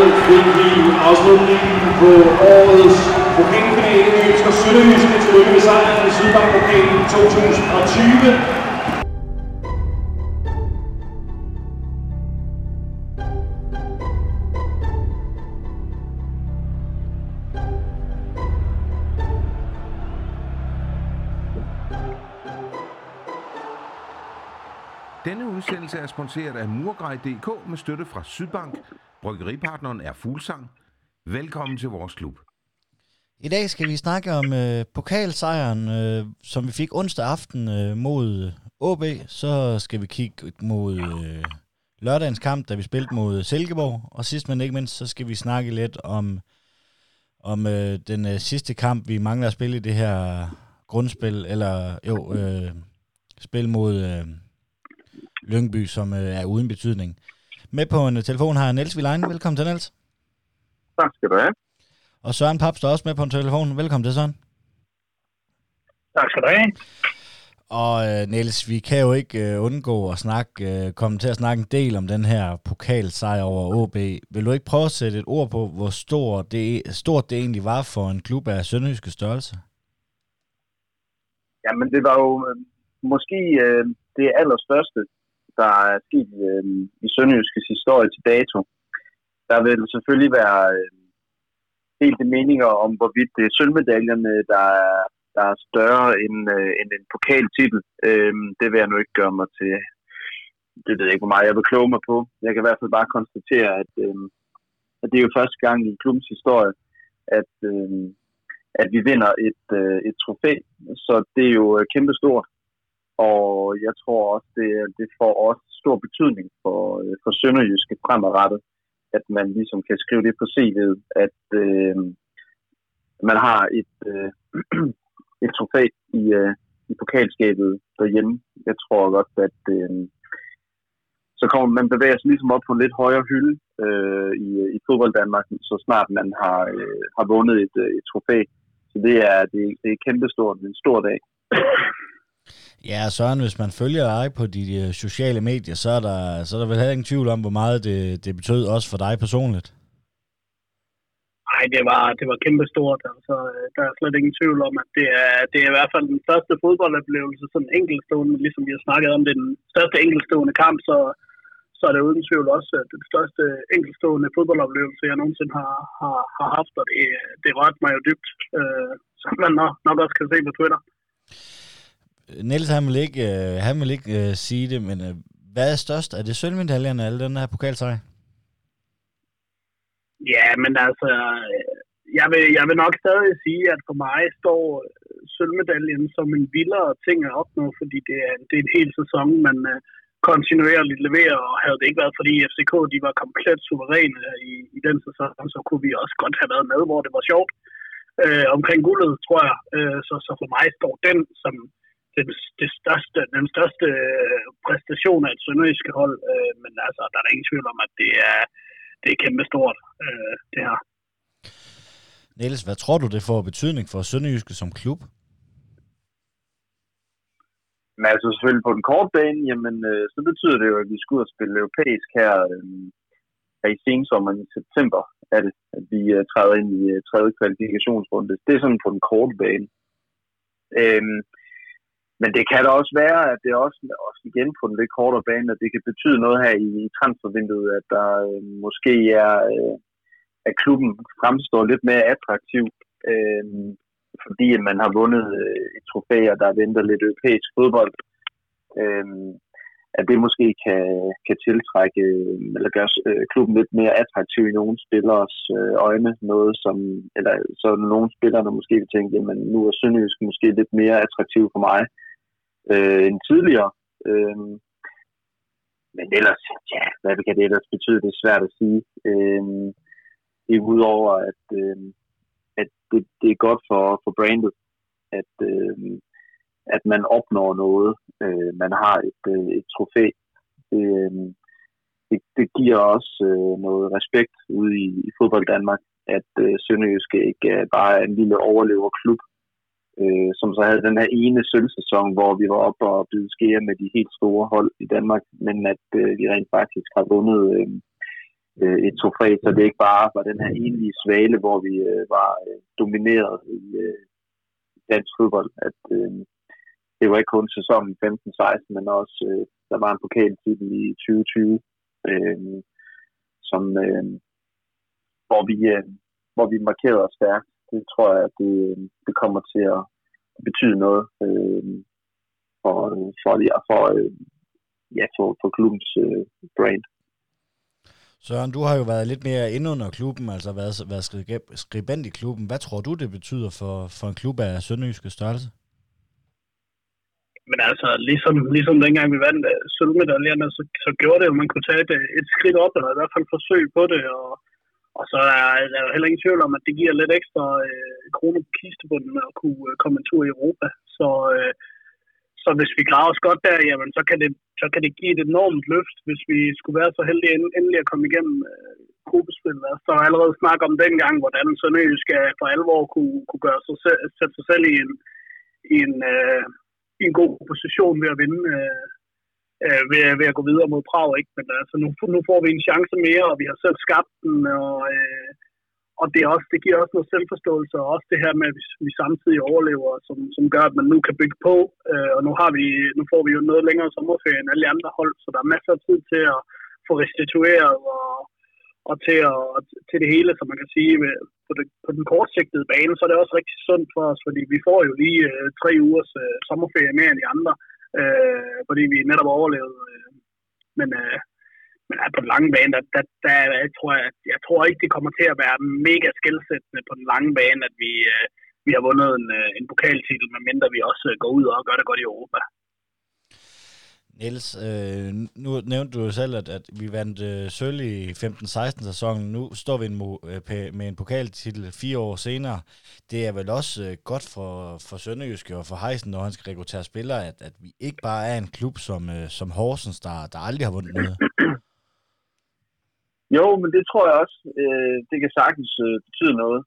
frivillige afslutningen på årets pokalfinale ønsker Sønderjyske tillykke med sejren i Sydbank-pokalen 2020. Denne udsendelse er sponsoreret af Murgrej.dk med støtte fra Sydbank. Bryggeripartneren er Fuglsang. Velkommen til vores klub. I dag skal vi snakke om pokalsejren, som vi fik onsdag aften mod AB. Så skal vi kigge mod lørdagens kamp, da vi spillede mod Silkeborg. Og sidst men ikke mindst, så skal vi snakke lidt om den sidste kamp, vi mangler at spille i det her grundspil, spil mod Lyngby, som er uden betydning. Med på en telefon har Niels Vilein. Velkommen til, Niels. Tak skal du have. Og Søren Paps er også med på en telefon. Velkommen til, Søren. Tak skal du have. Og Niels, vi kan jo ikke undgå at komme til at snakke en del om den her pokalsejr over AB. Vil du ikke prøve at sætte et ord på, hvor stort det egentlig var for en klub af sønderjyske størrelse? Jamen, det var jo måske det allerstørste, der er sket i sønderjyskes historie til dato. Der vil selvfølgelig være delte meninger om, hvorvidt det er sølvmedaljerne, der er større end en pokaltitel. Det vil jeg nu ikke gøre mig til. Det ved jeg ikke, hvor meget jeg vil kloge mig på. Jeg kan i hvert fald bare konstatere, at det er jo første gang i klubbens historie, at vi vinder et trofæ. Så det er jo kæmpestort. Og jeg tror også, det får også stor betydning for sønderjyske fremadrettet, at man ligesom kan skrive det på CV'et, at man har et trofæ i pokalskabet derhjemme. Jeg tror godt, at så kommer man bevæger sig ligesom op på en lidt højere hylde i fodbold Danmark, så snart man har vundet et trofæ. Så det er kæmpestort, en stor dag. Ja, Søren, hvis man følger dig på de sociale medier, så er der vel heller ingen tvivl om, hvor meget det betød også for dig personligt. Nej, det var kæmpestort. Altså, der er slet ingen tvivl om, at det er i hvert fald den største fodboldoplevelse, sådan enkeltstående, ligesom vi har snakket om, det er den største enkeltstående kamp, så er det uden tvivl også den største enkeltstående fodboldoplevelse, jeg nogensinde har haft, og det rørte mig jo dybt, som man nok også kan se på Twitter. Niels, han vil ikke sige det, men hvad er størst? Er det sølvmedaljerne eller den her pokalsejr? Ja, men altså, jeg vil nok stadig sige, at for mig står sølvmedaljen som en vildere ting at opnå, fordi det er en hel sæson, man kontinuerligt leverer, og havde det ikke været, fordi FCK de var komplet suveræne i den sæson, så kunne vi også godt have været med, hvor det var sjovt omkring guldet, tror jeg. Så for mig står den som den største præstation af et sønderjyske hold, men altså, der er ingen tvivl om, at det er kæmpestort, det her. Niels, hvad tror du, det får betydning for sønderjyske som klub? Men altså selvfølgelig på den korte bane, jamen så betyder det jo, at vi skal ud og spille europæisk her i sensommeren i september, at vi træder ind i tredje kvalifikationsrunde. Det er sådan på den korte bane. Men det kan da også være, at det også igen på den lidt kortere bane, at det kan betyde noget her i transfervinduet, at der måske at klubben fremstår lidt mere attraktiv, fordi man har vundet et trofæ, og der venter lidt europæisk fodbold. At det måske kan tiltrække, eller gøre klubben lidt mere attraktiv i nogle spillers øjne, så nogle spillere måske vil tænke, jamen nu er Sønderjysk måske lidt mere attraktiv for mig end tidligere. Men ellers, ja, hvad kan det ellers betyde? Det er svært at sige. Det er udover, at det er godt for brandet, at man opnår noget. Man har et trofæ. Det giver også noget respekt ude i fodbold Danmark, at Sønderjyske ikke bare er en lille overleverklub, som så havde den her ene sølvsæson, hvor vi var oppe og blevet skære med de helt store hold i Danmark, men at vi rent faktisk har vundet et trofæ, så det ikke bare var den her enlige svale, hvor vi var domineret i dansk fodbold. At det var ikke kun sæsonen 15-16, men også der var en pokaltitel i 2020, hvor vi markerede os stærkt. Det tror jeg, at det kommer til at betyde noget for klubbens brand. Søren, du har jo været lidt mere inde under klubben, altså været skribent i klubben. Hvad tror du, det betyder for en klub af sønderjyske størrelse? Men altså, ligesom dengang vi vandt sølvmedaljerne, så gjorde det jo, at man kunne tage et skridt op, eller i hvert fald forsøg på det, og så er der jo heller ingen tvivl om, at det giver lidt ekstra kroner på kistebunden at kunne komme en tur i Europa. Så hvis vi klarer os godt der, jamen, så kan det give et enormt løft, hvis vi skulle være så heldige endelig at komme igennem gruppespil. Så er allerede snak om dengang, hvordan Sønderjysk for alvor kunne sætte sig selv i en god position ved at vinde, ved at gå videre mod Prag, ikke? Men altså, nu får vi en chance mere, og vi har selv skabt den, og det giver også noget selvforståelse, og også det her med, at vi samtidig overlever, som gør, at man nu kan bygge på, og nu får vi jo noget længere sommerferie end alle andre hold, så der er masser af tid til at få restitueret, og til det hele, som man kan sige, på den kortsigtede bane, så er det også rigtig sundt for os, fordi vi får jo lige 3 ugers sommerferie mere end de andre, fordi vi netop overlevede. Men på den lange bane, jeg tror ikke, det kommer til at være mega skelsættende på den lange bane, at vi har vundet en pokaltitel, medmindre vi også går ud og gør det godt i Europa. Niels, nu nævnte du jo selv, at vi vandt sølv i 15-16 sæsonen. Nu står vi med en pokaltitel 4 år senere. Det er vel også godt for Sønderjyske og for Heisen, når han skal rekruttere spillere, at vi ikke bare er en klub som Horsens, der aldrig har vundet noget. Jo, men det tror jeg også. Det kan sagtens betyde noget,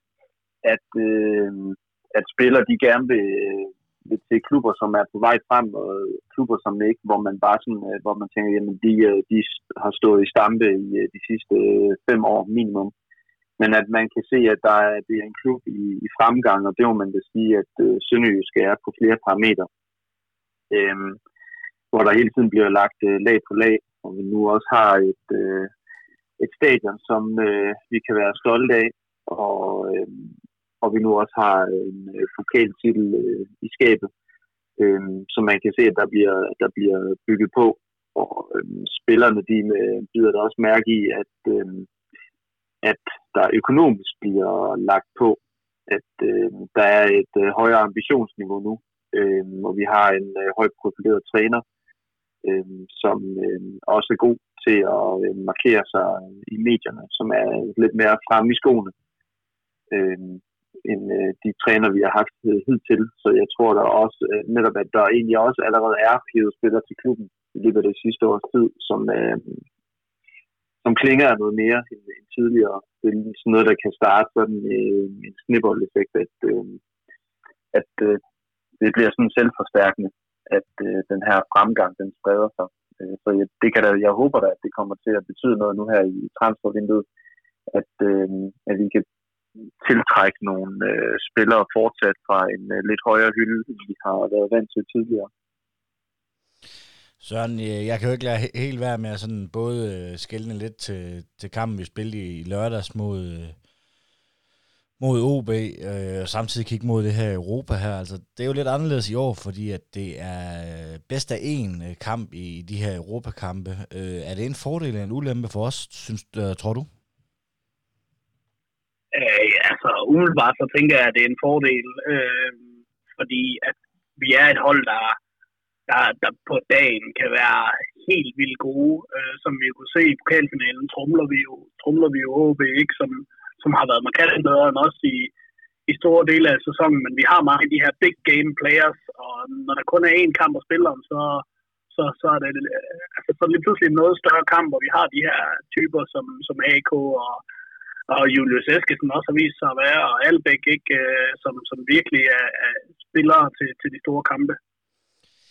at spillere de gerne vil til klubber, som er på vej frem, og klubber, som ikke, hvor man bare sådan, hvor man tænker, jamen de har stået i stampe i de sidste 5 år minimum. Men at man kan se, at det er en klub i fremgang, og det må man da sige, at Sønderjysk er på flere parametre. Hvor der hele tiden bliver lagt lag på lag, og vi nu også har et stadion, som vi kan være stolte af, og vi nu også har en pokaltitel i skabet, som man kan se, at der bliver bygget på. Og spillerne, de bider der også mærke i, at der økonomisk bliver lagt på, at der er et højere ambitionsniveau nu, og vi har en højt profileret træner, som også er god til at markere sig i medierne, som er lidt mere fremme i skoene end de træner, vi har haft hidtil. Så jeg tror der også netop, at der egentlig også allerede er hivet spillere til klubben i løbet af det sidste års tid, som klinger af noget mere end tidligere. Det er sådan noget, der kan starte sådan en snibboldeffekt, at det bliver sådan selvforstærkende, at den her fremgang, den spreder sig. Så jeg håber da, at det kommer til at betyde noget nu her i transfervinduet, at vi kan tiltrække nogle spillere fortsat fra en lidt højere hylde, end vi har været vant til tidligere. Søren, jeg kan jo ikke lade helt være med at sådan både skelne lidt til kampen, vi spillede i lørdags mod OB, og samtidig kigge mod det her Europa her. Altså, det er jo lidt anderledes i år, fordi at det er bedst af én kamp i de her Europakampe. Er det en fordel eller en ulempe for os, tror du? Altså, umiddelbart så tænker jeg, at det er en fordel, fordi at vi er et hold, der på dagen kan være helt vildt gode. Som vi kunne se i pokalfinalen, trumler vi jo OB, ikke, som har været markant bedre end os i store dele af sæsonen, men vi har mange af de her big game players, og når der kun er én kamp at spille om, så er det altså så lige pludselig en noget større kamp, og vi har de her typer som AK og Julius Eskesen også har vist sig at være, og Albæk, ikke, som virkelig er spillere til de store kampe.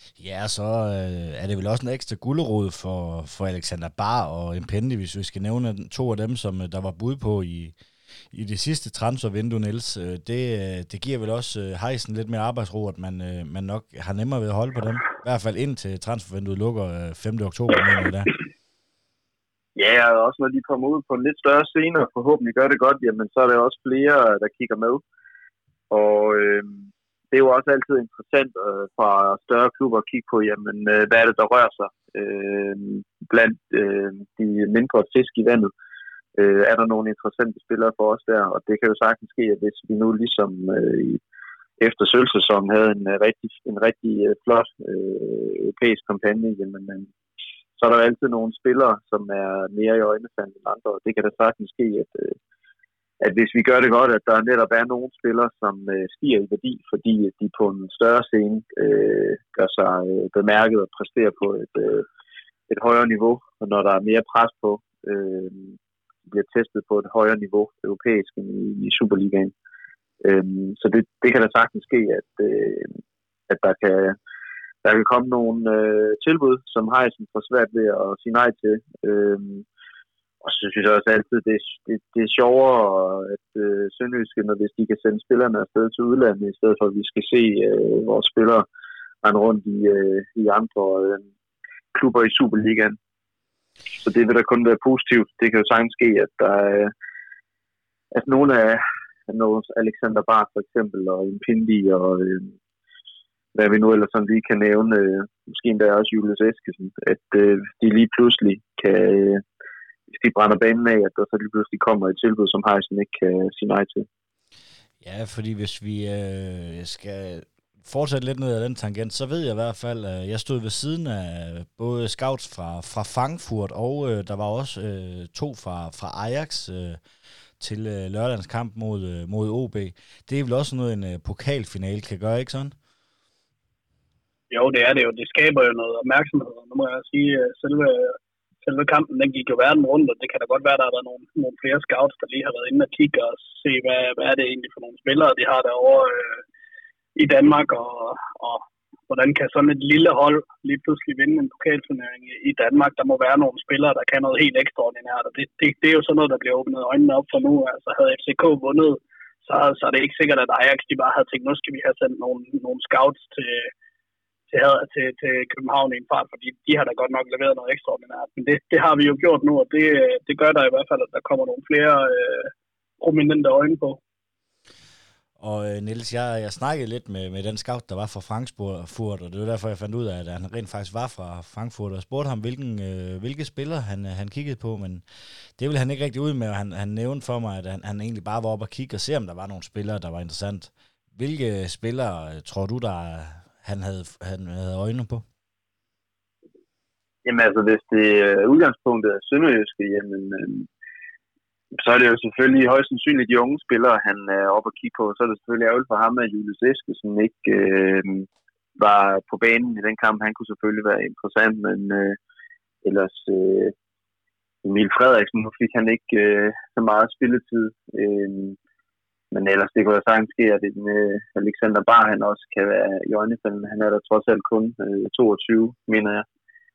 Ja, så er det vel også en ekstra gulderod for Alexander Bar og Impendi, hvis vi skal nævne to af dem, som der var bud på i det sidste transfervindue, Niels. Det giver vel også Heisen lidt mere arbejdsro, at man nok har nemmere ved at holde på dem. I hvert fald indtil transfervinduet lukker 5. oktober. Der. Ja, og også når de kommer ud på en lidt større scene og forhåbentlig gør det godt, jamen så er der også flere, der kigger med. Og det er jo også altid interessant fra større klubber at kigge på, jamen hvad er det, der rører sig blandt de mindre fisk i vandet. Er der nogle interessante spillere for os der, og det kan jo sagtens ske, at hvis vi nu ligesom efter sølvsæsonen havde en rigtig flot europæisk kampagne, jamen så er der altid nogle spillere, som er mere i øjnefaldende end andre, og det kan da sagtens ske, at hvis vi gør det godt, at der netop er nogle spillere, som stiger i værdi, fordi de på en større scene gør sig bemærket og præsterer på et højere niveau, og når der er mere pres på, bliver testet på et højere niveau europæisk i Superligaen. Så det kan da sagtens ske, at der kan komme nogle tilbud, som Heisen får svært ved at sige nej til. Og så synes jeg også altid, det er sjovere, at Sønderjyske, hvis de kan sende spillerne afsted til udlandet, i stedet for at vi skal se vores spillere rende rundt i andre klubber i Superligaen. Så det vil da kun være positivt. Det kan jo sagtens ske, at nogle af Alexander Bar for eksempel, og Impindi, og hvad vi nu ellers sådan lige kan nævne, måske endda også Julius Eskesen, at de lige pludselig kan, hvis de brænder banen af, at der så lige pludselig kommer et tilbud, som Heisen ikke kan sige nej til. Ja, fordi hvis vi skal fortsætte lidt ned ad den tangent, så ved jeg i hvert fald, at jeg stod ved siden af både scouts fra Frankfurt, og der var også to fra Ajax til lørdagens kamp mod OB. Det er vel også noget, en pokalfinale kan gøre, ikke sådan? Jo, det er det jo. Det skaber jo noget opmærksomhed. Nu må jeg sige, selve kampen, den gik jo verden rundt, og det kan da godt være, at der er nogle flere scouts, der lige har været inde og kigge og se, hvad er det egentlig for nogle spillere, de har derovre i Danmark, og hvordan kan sådan et lille hold lige pludselig vinde en pokalturnering i Danmark. Der må være nogle spillere, der kan noget helt ekstraordinært, og det er jo sådan noget, der bliver åbnet øjnene op for nu. Altså havde FCK vundet, så er det ikke sikkert, at Ajax de bare havde tænkt, nu skal vi have sendt nogle scouts til København i en fart, fordi de har da godt nok leveret noget ekstraordinært. Men det har vi jo gjort nu, og det gør der i hvert fald, at der kommer nogle flere prominente øjne på. Og Niels, jeg snakkede lidt med den scout, der var fra Frankfurt, og det var derfor, jeg fandt ud af, at han rent faktisk var fra Frankfurt, og spurgte ham, hvilke spillere han kiggede på, men det ville han ikke rigtig ud med, og han nævnte for mig, at han egentlig bare var oppe og kigge og se, om der var nogle spillere, der var interessant. Hvilke spillere tror du, han havde øjne på? Jamen altså, hvis det udgangspunktet er Sønderjyske, jamen så er det jo selvfølgelig højst sandsynligt de unge spillere, han er oppe at kigge på. Så er det selvfølgelig ærgerligt for ham, at Julius Eskesen ikke var på banen i den kamp. Han kunne selvfølgelig være interessant, men ellers Emil Frederiksen, nu fik han ikke så meget spilletid. Men ellers det kunne jo sagtens ske, at Alexander Bar han også kan være i øjnefaldende. Han er der trods alt kun 22, mener jeg.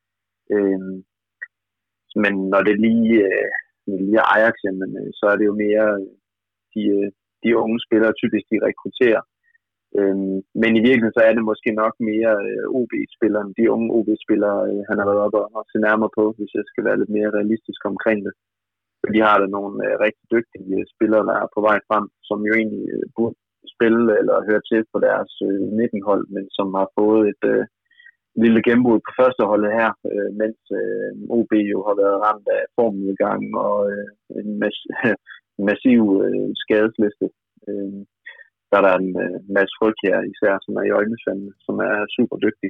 Men når det lige Ajax, jamen, så er det jo mere de unge spillere, typisk de rekrutterer. Men i virkeligheden så er det måske nok mere OB-spilleren, de unge OB-spillere, han har været oppe og se nærmere på, hvis jeg skal være lidt mere realistisk omkring det. For de har der nogle rigtig dygtige spillere, der er på vej frem, som jo egentlig burde spille eller høre til på deres 19-hold, men som har fået et lille gennembrud på førsteholdet her, mens OB jo har været ramt af formudgang og en massiv skadesliste. Der er der en masse folk her, især som er i øjnefaldende, som er super dygtig.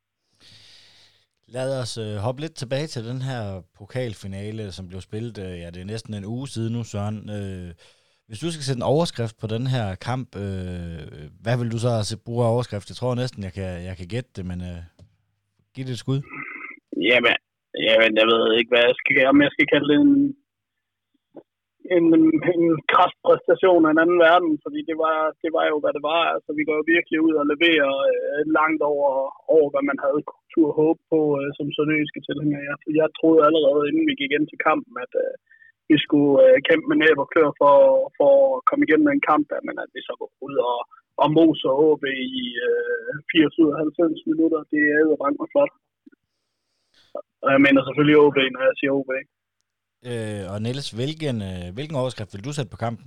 Lad os hoppe lidt tilbage til den her pokalfinale, som blev spillet, det er næsten en uge siden nu, Søren. Hvis du skal sætte en overskrift på den her kamp, hvad vil du så bruge af overskrift? Jeg tror næsten, jeg kan gætte det, men giv det et skud. Jamen, jeg ved ikke, om jeg skal kalde det en kraftpræstation af en anden verden, fordi det var jo, hvad det var. Altså, vi går jo virkelig ud og leverer langt over, hvad man havde tur og håb på som sønderjyske tilhænger. Jeg troede allerede, inden vi gik ind til kampen, at vi skulle kæmpe med næb og klør for at komme igennem med en kamp, men at vi så går ud og mose og OB i 80-90 minutter. Det er jo bange og flot. Og jeg mener selvfølgelig OB, når jeg siger OB. Og Niels, hvilken overskrift vil du sætte på kampen?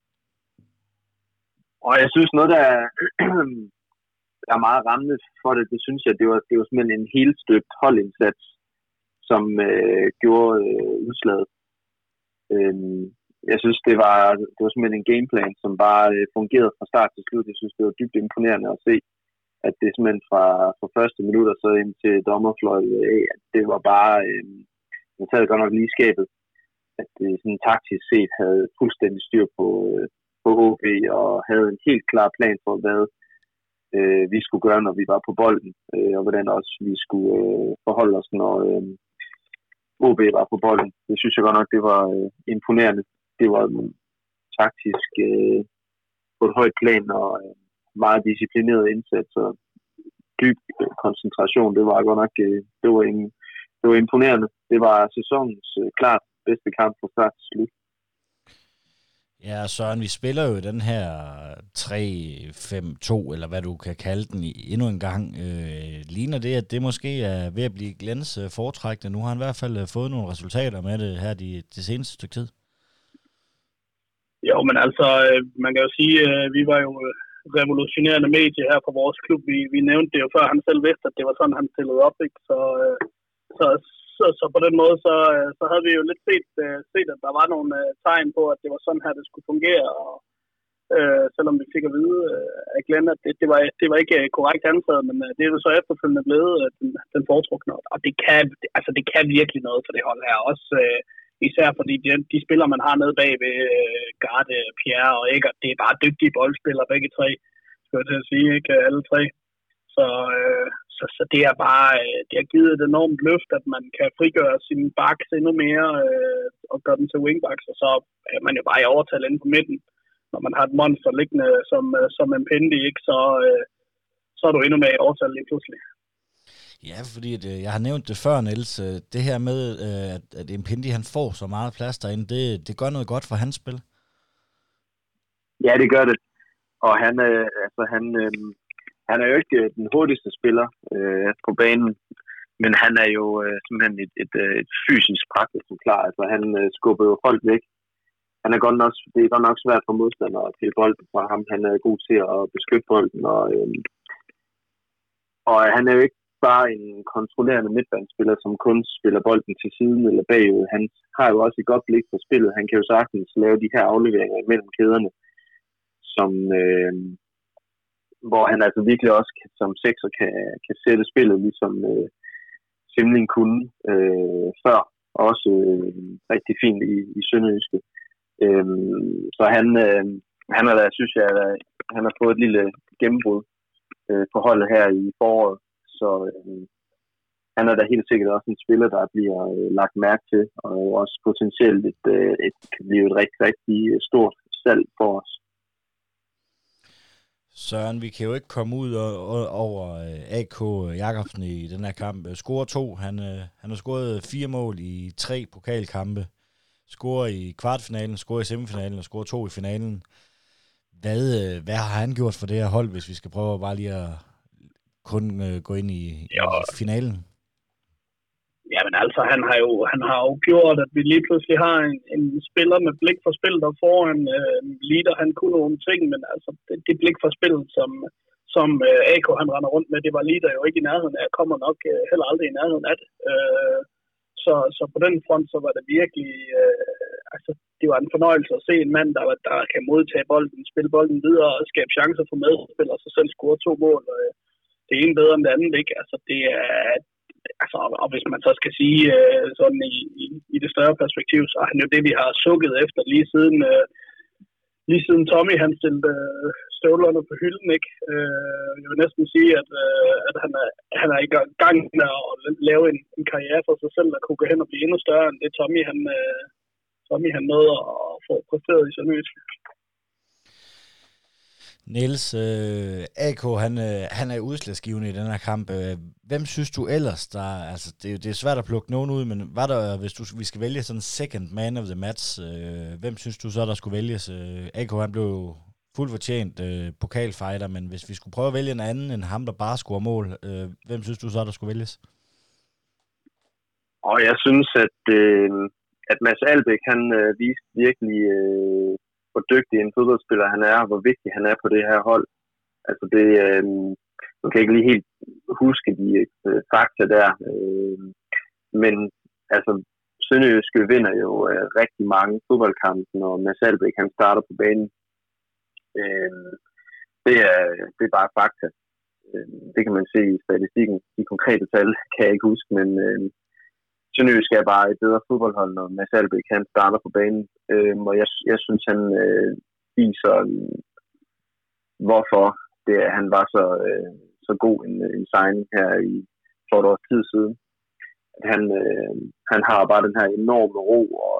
Og jeg synes noget, der er meget rammende for det, det synes jeg, det var simpelthen en helt støbt holdindsats, som gjorde udslaget. Jeg synes, det var simpelthen en gameplan, som bare fungerede fra start til slut. Jeg synes, det var dybt imponerende at se, at det simpelthen fra første minutter så ind til dommerfløjt, at det var bare, man sad godt nok lige i skabet, at det sådan taktisk set havde fuldstændig styr på OB og havde en helt klar plan for, hvad vi skulle gøre, når vi var på bolden, og hvordan også vi skulle forholde os, når OB var på bolden. Det synes jeg godt nok, det var imponerende. Det var taktisk på et højt plan og meget disciplineret indsats og dyb koncentration. Det var godt nok det var imponerende. Det var sæsonens klart bedste kamp fra start til slut. Ja, Søren, vi spiller jo den her 3-5-2, eller hvad du kan kalde den, endnu en gang. Ligner det, at det måske er ved at blive Glens foretrækte? Nu har han i hvert fald fået nogle resultater med det her det seneste stykke tid. Jo, men altså, man kan jo sige, vi var jo revolutionerende medie her på vores klub. Vi nævnte det jo før, han selv vidste, at det var sådan, han stillede op, ikke? Så på den måde, så havde vi jo lidt set, at der var nogle tegn på, at det var sådan her, det skulle fungere. Og selvom vi fik at vide af Glenn, at det var ikke korrekt antaget, men det er jo så efterfølgende blevet den foretrukne. Og det kan virkelig noget for det hold her. Også især fordi de spillere, man har nede bag ved Garde, Pierre og Eggert, det er bare dygtige boldspillere, begge tre, skal jeg til at sige, ikke alle tre. Så det er bare, det har givet et enormt løft, at man kan frigøre sine backs endnu mere og gøre dem til wingbacks, og så er man jo bare i overtal inde på midten. Når man har et monster liggende som en Pendi, ikke, så er du endnu mere i overtal lige pludselig. Ja, fordi jeg har nævnt det før, Niels. Det her med, at Impendi han får så meget plads derinde, det gør noget godt for hans spil. Ja, det gør det. Og han er jo ikke den hurtigste spiller på banen, men han er jo simpelthen et fysisk praktisk klar. Altså han skubber jo folk væk. Det er godt nok svært for modstandere at pille bolden fra ham. Han er god til at beskytte bolden, og han er jo ikke bare en kontrollerende midtbanespiller, som kun spiller bolden til siden eller bagud. Han har jo også et godt blik for spillet. Han kan jo sagtens lave de her afleveringer mellem kæderne, som hvor han altså virkelig også som sekser kan sætte spillet, ligesom Simling kunne før, og også rigtig fint i Sønderjyske. Så han er der, synes jeg, han har fået et lille gennembrud på holdet her i foråret, så han er da helt sikkert også en spiller, der bliver lagt mærke til, og også potentielt kan blive et rigtig, rigtig stort salg for os. Søren, vi kan jo ikke komme ud over AK Jakobsen i den her kamp. Scorer 2. Han har scoret 4 mål i 3 pokalkampe. Scorer i kvartfinalen, scorer i semifinalen og scorer 2 i finalen. Hvad har han gjort for det her hold, hvis vi skal prøve bare lige at kun gå ind i finalen? Jamen altså, han har jo gjort, at vi lige pludselig har en spiller med blik for spil, der får en leader. Han kunne nogle ting, men altså det blik for spil, som AK han render rundt med, det var leader jo ikke i nærheden af. Jeg kommer nok heller aldrig i nærheden af det. Så på den front, så var det virkelig, det var en fornøjelse at se en mand, der kan modtage bolden, spille bolden videre og skabe chancer for medspillere, og så selv score 2 mål. Det ene bedre end det andet, ikke? Altså det er... og hvis man så skal sige sådan i det større perspektiv, så er han jo det, vi har sukket efter lige siden Tommy han stillede støvlerne på hylden, ikke? Jeg vil næsten sige, at han er i gang med at lave en karriere for sig selv, der kunne gå hen og blive endnu større end det Tommy han nåede at får præsteret i Sønderjysk. Niels, AK, han er udslagsgivende i den her kamp. Hvem synes du ellers, altså det er svært at plukke nogen ud, men var der, vi skal vælge sådan second man of the match, hvem synes du så, der skulle vælges? AK, han blev fuldt fortjent pokalfighter, men hvis vi skulle prøve at vælge en anden end ham, der bare scorer mål, hvem synes du så, der skulle vælges? Og jeg synes, at Mads Albeck, han viste virkelig, hvor dygtig en fodboldspiller han er, og hvor vigtig han er på det her hold. Altså det, man kan ikke lige helt huske de fakta der, men altså Sønderjyske vinder jo rigtig mange fodboldkampe, når Mads Albeck han starter på banen. Det er bare fakta. Det kan man se i statistikken. De konkrete tal kan jeg ikke huske, men Sønderjysk er bare et bedre fodboldhold, når Mads Albeck han starter på banen. Og jeg synes, han viser, hvorfor han var så god en signing her for et års tid siden. Han har bare den her enorme ro og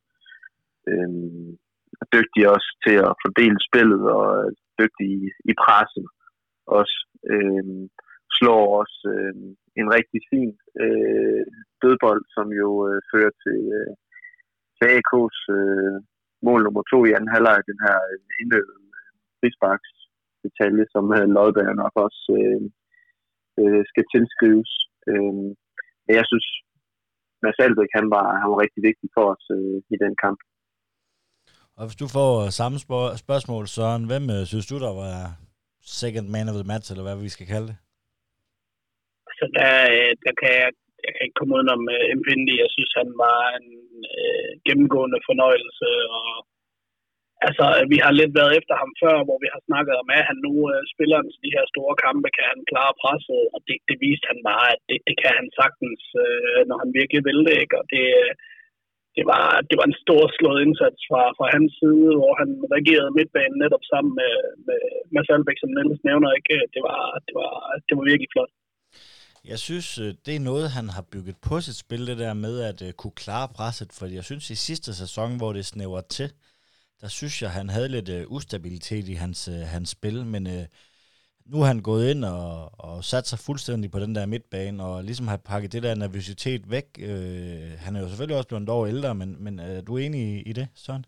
dygtig også til at fordele spillet og dygtig i presset også. Slår også en rigtig fin dødbold, som jo fører til AK's mål nummer 2 i anden halvleg, den her indløbende frisparks detalje, som Lodberg nok også skal tilskrives. Men jeg synes, Mads Albeck, han var rigtig vigtig for os i den kamp. Og hvis du får samme spørgsmål, Søren, hvem synes du, der var second man of the match, eller hvad vi skal kalde det? Så der kan jeg kan ikke komme udenom Mvindi. Jeg synes, han var en gennemgående fornøjelse. Og, altså, vi har lidt været efter ham før, hvor vi har snakket om, at han nu spiller til de her store kampe, kan han klare presset. Og det viste han bare, at det kan han sagtens, når han virkelig vil det. Ikke? Og det var en stor slået indsats fra hans side, hvor han reagerede midtbanen netop sammen med Mads Albeck, som Niels nævner. Ikke? Det var virkelig flot. Jeg synes, det er noget, han har bygget på sit spil, det der med at kunne klare presset, for jeg synes, i sidste sæson, hvor det snæver til, der synes jeg, han havde lidt ustabilitet i hans spil, men nu er han gået ind og sat sig fuldstændig på den der midtbane, og ligesom har pakket det der nervøsitet væk. Han er jo selvfølgelig også blevet et år ældre, men er du enig i det, Søren?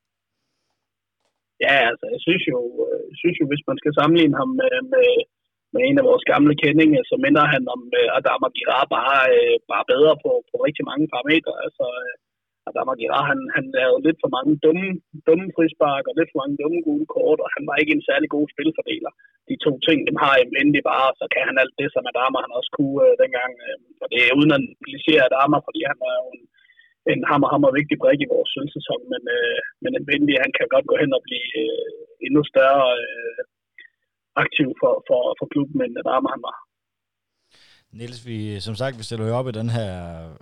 Ja, altså, jeg synes jo, hvis man skal sammenligne ham med en af vores gamle kendinge, så minder han om Adama Guirá bare bedre på rigtig mange parametre. Altså, Adama Guirá, han lavede lidt for mange dumme frispark og lidt for mange dumme gule kort, og han var ikke en særlig god spilfordeler. De to ting, dem har endelig bare, så kan han alt det, som Adama han også kunne dengang. Og det er uden at negligere Adama, fordi han er jo en hammer vigtig brik i vores sølvsæson, men endelig, han kan godt gå hen og blive endnu større aktiv for klubben, end Adama han var. Niels, som sagt, vi stiller jo op i den her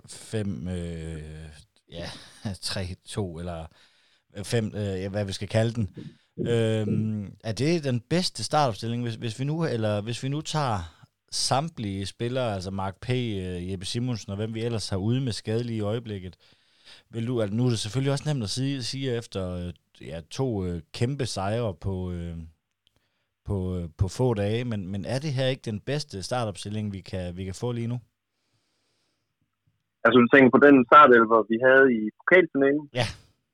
3-2, eller 5, hvad vi skal kalde den. Er det den bedste startopstilling, hvis vi nu tager samtlige spillere, altså Mark P., Jeppe Simonsen og hvem vi ellers har ude med skadelige i øjeblikket? Nu er det selvfølgelig også nemt at sige efter 2 kæmpe sejre på få dage, men er det her ikke den bedste startopstilling, vi kan få lige nu? Altså, du tænker på den startelver, vi havde i pokalturneringen? Ja.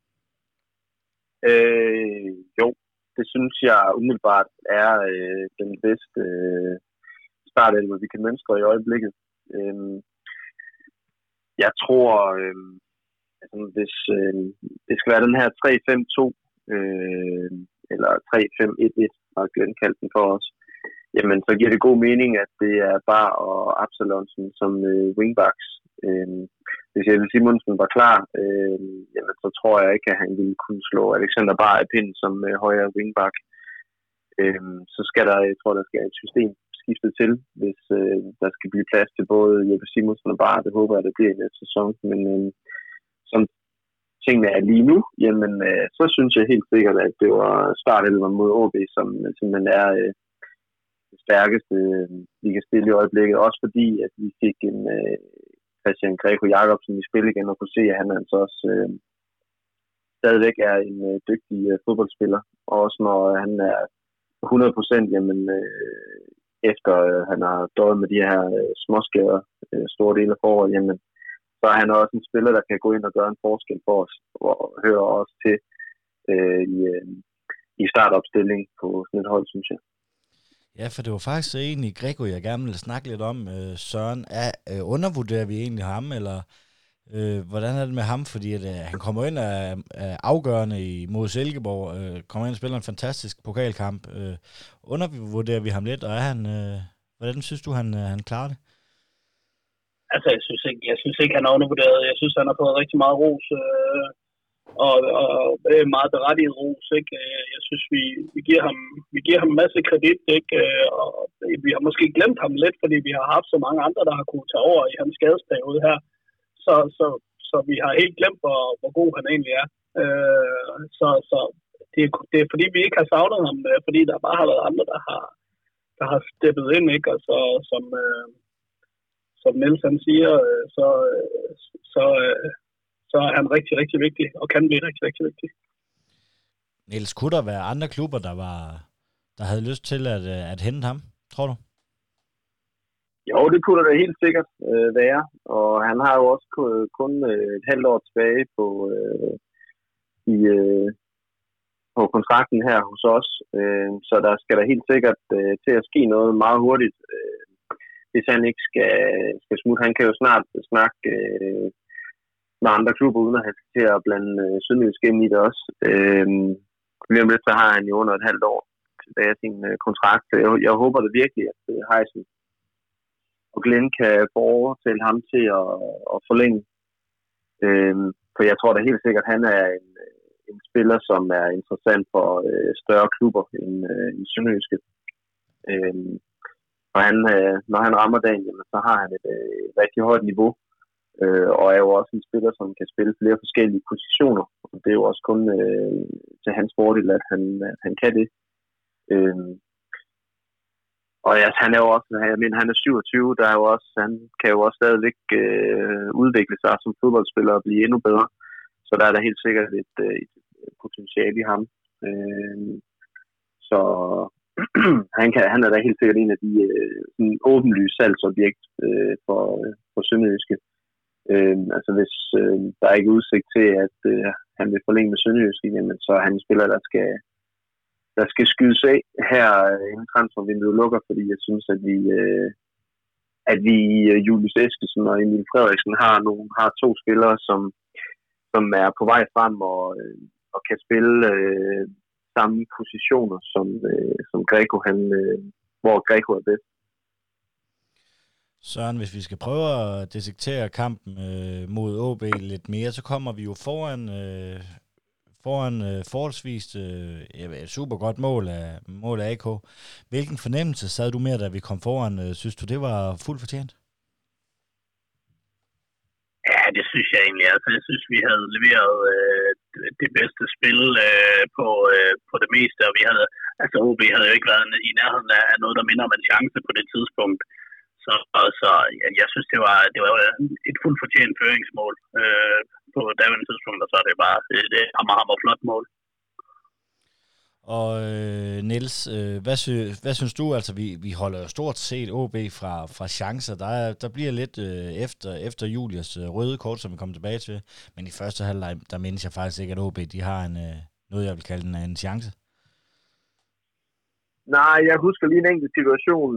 Jo, det synes jeg umiddelbart er den bedste startelver, vi kan mønstre i øjeblikket. Jeg tror, hvis det skal være den her 3-5-2 eller 3-5-1-1, har Glenn kaldt den for os, jamen så giver det god mening, at det er Bar og Absalonsen som wingbacks. Hvis Jeppe Simonsen var klar, jamen så tror jeg ikke, at han ville kunne slå Alexander Bar i pinden som højre wingback. Så skal jeg tror, der skal et system skiftet til, hvis der skal blive plads til både Jeppe Simonsen og Bar. Det håber jeg, det bliver i næste sæson. Men som tingene er lige nu, jamen så synes jeg helt sikkert, at det var startelver mod OB, som simpelthen er det stærkeste, vi kan stille i øjeblikket. Også fordi, at vi fik en Christian Greco Jacobsen i spil igen, og kunne se, at han altså også stadigvæk er en dygtig fodboldspiller. Og også når han er 100%, jamen efter han har døjet med de her småskader store dele af foråret, jamen så er han også en spiller, der kan gå ind og gøre en forskel for os, og hører også til i startopstilling på sådan et hold, synes jeg. Ja, for det var faktisk egentlig Greco, jeg gerne ville snakke lidt om. Søren, undervurderer vi egentlig ham, eller hvordan er det med ham? Fordi at, han kommer ind af afgørende mod Silkeborg, kommer ind og spiller en fantastisk pokalkamp. Undervurderer vi ham lidt, og hvordan synes du, han klarer det? Altså, jeg synes ikke, han er undervurderet. Jeg synes, han har fået rigtig meget ros, og meget berettiget ros, ikke? Jeg synes, vi giver ham en masse kredit, ikke? Og vi har måske glemt ham lidt, fordi vi har haft så mange andre, der har kunnet tage over i hans skadesperiode her. Så vi har helt glemt, hvor god han egentlig er. Så det er fordi, vi ikke har savnet ham, fordi der bare har været andre, der har steppet ind, ikke? Og så, som Niels han siger, så er han rigtig, rigtig vigtig, og kan blive rigtig, rigtig vigtig. Niels, kunne der være andre klubber, der havde lyst til at hente ham, tror du? Jo, det kunne der helt sikkert være, og han har jo også kun et halvt år tilbage på kontrakten her hos os, så der skal der helt sikkert til at ske noget meget hurtigt, hvis han ikke skal smutte. Han kan jo snart snakke med andre klubber, uden at han skal til at blande Sønderjysk ind i det også. Lige om lidt, så har han jo under et halvt år tilbage af sin kontrakt. Jeg håber det virkelig, at Heisen og Glenn kan få overtale ham til at forlænge. For jeg tror da helt sikkert, at han er en spiller, som er interessant for større klubber end Sønderjyske. Og når han rammer dagen, så har han et rigtig højt niveau. Og er jo også en spiller, som kan spille flere forskellige positioner. Og det er jo også kun til hans fordel, at han kan det. Og ja, han er jo også, han er 27, han kan jo også stadigvæk udvikle sig som fodboldspiller og blive endnu bedre. Så der er der helt sikkert et potentiale i ham. Så han er da helt sikkert en af de åbenlyse salgsobjekt for Sønderjyske. Altså hvis der er ikke udsigt til, at han vil forlænge med Sønderjyske, jamen, så er han en spiller, der skal skydes af her inden transfervinduet lukker, fordi jeg synes, at vi Julius Eskesen og Emil Frederiksen har to spillere, som er på vej frem og kan spille samme positioner som Greco, hvor Greco er bedst. Søren, hvis vi skal prøve at dissektere kampen mod AB lidt mere, så kommer vi jo foran forholdsvis super godt mål af AK. Hvilken fornemmelse sad du med, da vi kom foran? Synes du, det var fuldt fortjent? Ja, det synes jeg egentlig. Altså, jeg synes, vi havde leveret det bedste spil på det meste, og OB havde jo ikke været i nærheden af noget, der minder om en chance på det tidspunkt. Så jeg synes, det var et fuldt fortjent føringsmål på daværende tidspunkt, og så er det bare det hammer flot mål. Og Niels, hvad synes du? Altså, vi holder jo stort set OB fra chancer. Der bliver lidt efter Julias røde kort, som vi kommer tilbage til. Men i første halvleg, der mindes jeg faktisk ikke, at OB de har noget, jeg vil kalde en chance. Nej, jeg husker lige en enkelt situation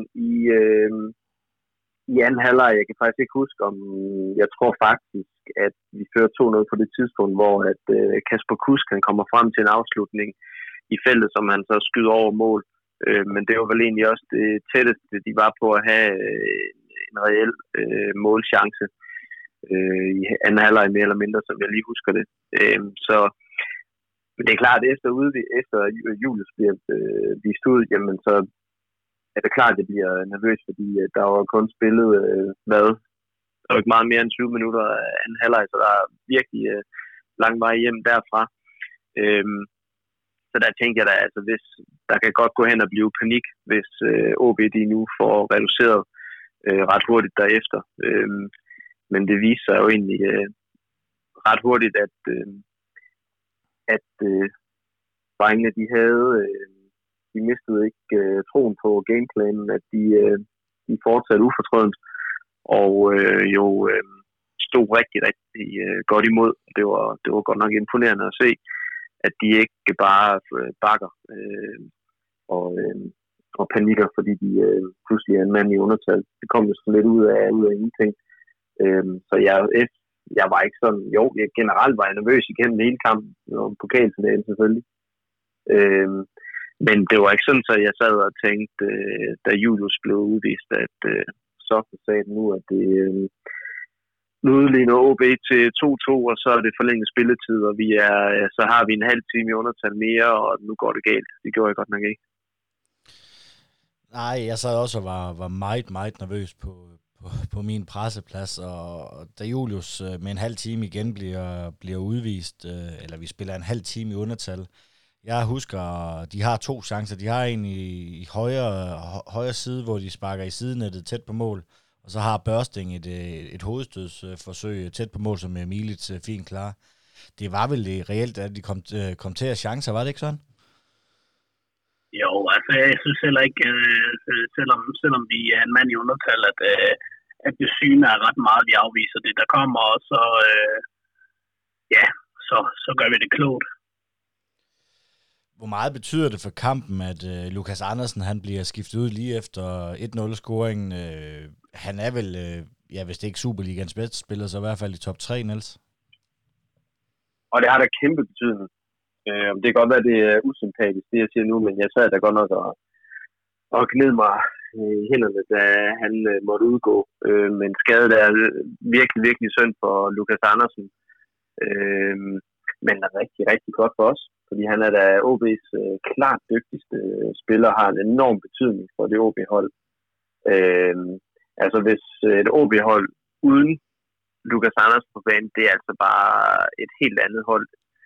i anden halvleg. Jeg kan faktisk ikke huske, jeg tror faktisk, at vi fører 2-0 på det tidspunkt, hvor at Kasper Kusk han kommer frem til en afslutning i feltet, som han så skyder over mål. Men det var vel egentlig også det tætteste, de var på at have en reel målchance i anden halvleg mere eller mindre, som jeg lige husker det. Så men det er klart, at efter Julius bliver vist ud, jamen så er det klart, at det bliver nervøst, fordi der var kun spillet, der var ikke meget mere end 20 minutter af anden halvleg, så der er virkelig lang vej hjem derfra. Så der tænker jeg da, altså hvis der kan godt gå hen og blive panik, hvis OB de nu får reduceret ret hurtigt derefter. Men det viser sig jo egentlig ret hurtigt, at drengene, de mistede ikke troen på gameplanen, at de fortsatte ufortrødent, og stod rigtig, rigtig godt imod. Det var godt nok imponerende at se, at de ikke bare bakker og panikker, fordi de pludselig er en mand i undertal. Det kom jo sådan lidt ud af ingenting. Så jeg var ikke sådan, generelt var jeg nervøs igennem hele kampen, og pokalfinalen selvfølgelig. Men det var ikke sådan, at jeg sad og tænkte, da Julius blev udvist, at så sagde nu, at det nu udligner OB til 2-2, og så er det forlænget spilletid, og så har vi en halv time i undertal mere, og nu går det galt. Det gjorde jeg godt nok ikke. Nej, jeg sad også og var meget, meget nervøs på min presseplads, og da Julius med en halv time igen bliver udvist, eller vi spiller en halv time i undertal, jeg husker, de har 2 chancer. De har en i højre side, hvor de sparker i sidenettet tæt på mål, og så har Børsting et hovedstødsforsøg tæt på mål, som er Milic fint klar. Det var vel reelt, at de kom til at chancer, var det ikke sådan? Jo, altså jeg synes heller ikke, selvom vi er en mand i undertal, at det syne er ret meget, vi afviser det, der kommer, og så gør vi det klogt. Hvor meget betyder det for kampen, at Lukas Andersen han bliver skiftet ud lige efter 1-0-scoringen? Han er vel, hvis det ikke Superligans bedste spiller, så i hvert fald i top 3, Niels? Og det har da kæmpe betydning. Det kan godt være, det er usympatisk, det jeg siger nu, men jeg sad da godt nok og gned mig i hænderne, da han måtte udgå. Men skadet er virkelig, virkelig synd for Lukas Andersen. Men er rigtig, rigtig godt for os, fordi han er da OB's klart dygtigste spiller, har en enorm betydning for det OB-hold. Altså hvis et OB-hold uden Lukas Andersen på banen, det er altså bare et helt andet hold.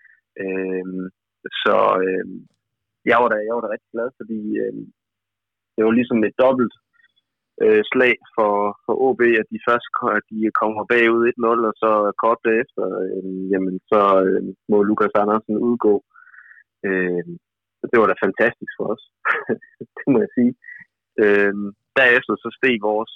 Jeg var da rigtig glad, fordi det var ligesom et dobbelt slag for OB, at de først kommer bagud 1-0, og så kort derefter, så må Lukas Andersen udgå. Det var da fantastisk for os, det må jeg sige. Derefter så steg vores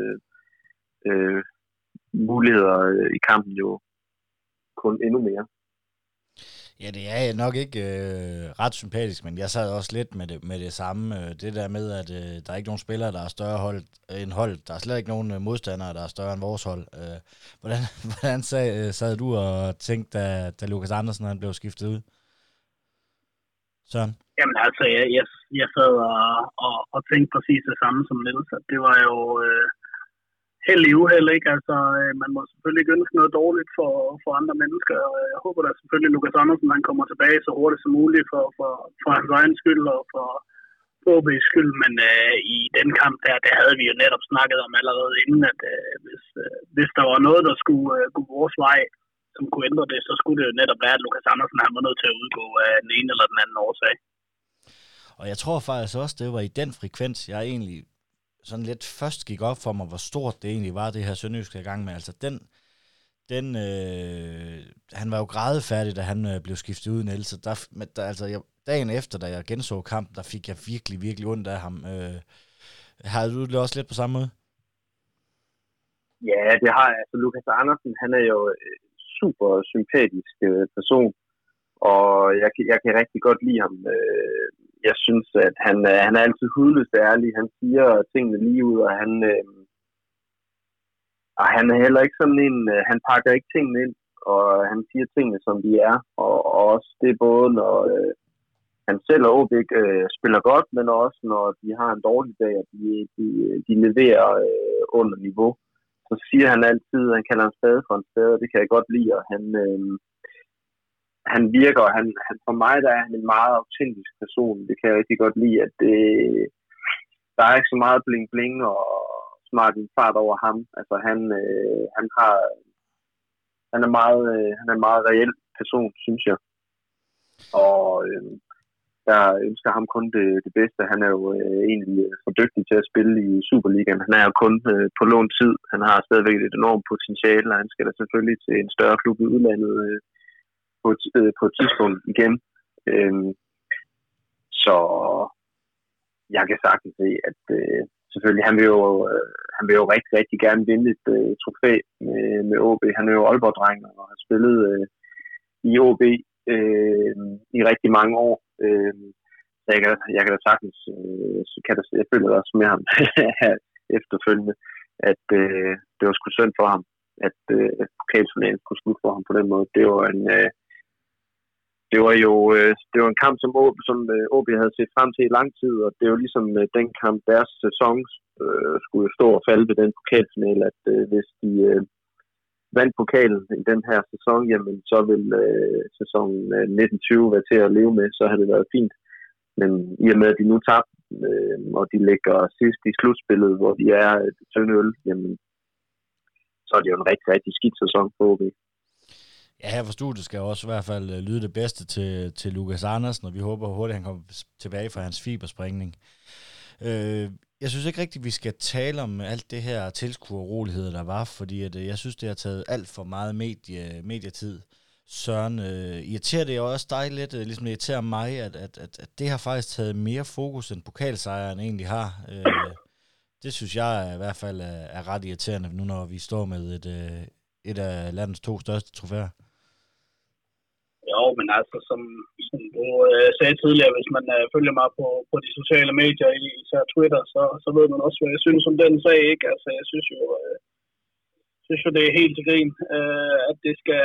muligheder i kampen jo kun endnu mere. Ja, det er nok ikke ret sympatisk, men jeg sad også lidt med det samme. Det der med, at der er ikke nogen spillere, der er større end hold. Der er slet ikke nogen modstandere, der er større end vores hold. Hvordan sad du og tænkte, da Lukas Andersen han blev skiftet ud? Søren? Jamen altså, jeg sad og tænkte præcis det samme som Niels. Det var jo held i uheld, ikke? Altså, man må selvfølgelig ikke ønske noget dårligt for andre mennesker. Jeg håber da selvfølgelig, at Lukas Andersen han kommer tilbage så hurtigt som muligt for hans egen skyld og for OB's skyld. Men i den kamp der havde vi jo netop snakket om allerede inden, at hvis der var noget, der skulle gå vores vej, som kunne ændre det, så skulle det jo netop være, at Lukas Andersen han var nødt til at udgå af den ene eller den anden årsag. Og jeg tror faktisk også, det var i den frekvens, jeg egentlig sådan lidt først gik op for mig, hvor stort det egentlig var, det her sønderjyske gang med. Altså han var jo grædefærdig, da han blev skiftet ud, Niels. Dagen efter, da jeg genså kampen, der fik jeg virkelig, virkelig ondt af ham. Har du det også lidt på samme måde? Ja, det har jeg. Altså, Lukas Andersen, han er jo super sympatisk person, og jeg kan rigtig godt lide ham. Jeg synes, at han er altid hudløst ærlig. Han siger tingene lige ud, og han er heller ikke sådan en... Han pakker ikke tingene ind, og han siger tingene, som de er. Og også det er både, når han selv og OB spiller godt, men også når de har en dårlig dag, og de leverer under niveau. Så siger han altid, han kalder en spade for en spade, og det kan jeg godt lide, og han virker, og han for mig der er han en meget autentisk person. Det kan jeg rigtig godt lide, at der er ikke så meget bling bling og smart en fart over ham. Altså han er en meget reel person, synes jeg. Og jeg ønsker ham kun det bedste. Han er jo egentlig for dygtig til at spille i Superligaen. Han er jo kun på lånt tid. Han har stadigvæk et enormt potentiale, og han skal da selvfølgelig til en større klub i udlandet på et tidspunkt igen. Så jeg kan sagtens se, at selvfølgelig han vil jo rigtig, rigtig gerne vinde et trofæ med OB. Han er jo Aalborg-dreng og har spillet i OB i rigtig mange år. Så jeg kan da sagtens, jeg føler også med ham efterfølgende, at det var sgu synd for ham, at pokalfinalen skulle slutte for ham på den måde. Det var en kamp, som OB havde set frem til i lang tid, og det er jo ligesom den kamp, deres sæson skulle stå og falde ved den pokalfinale, at hvis de vandt pokalen i den her sæson, jamen så vil sæsonen 1920 være til at leve med, så havde det været fint. Men i og med, at de nu tabte, og de ligger sidst i slutspillet, hvor de er et tynde øl, jamen så er det jo en rigtig, rigtig skidt sæson for OB. Ja, her for studiet skal også i hvert fald lyde det bedste til Lukas Andersen, og vi håber hurtigt, at han kommer tilbage fra hans fibersprængning. Jeg synes ikke rigtigt, vi skal tale om alt det her tilskuerrolighed, der var, fordi at, jeg synes, det har taget alt for meget medietid. Søren, irriterer det jo også dig lidt, ligesom det irriterer mig, at det har faktisk taget mere fokus, end pokalsejren egentlig har. Det synes jeg i hvert fald er ret irriterende, nu når vi står med et af landets 2 største trofæer. Jo, men altså, som du sagde tidligere, hvis man følger mig på de sociale medier, især Twitter, så ved man også, hvad jeg synes om den sag, ikke? Altså, jeg synes jo, det er helt til grin, at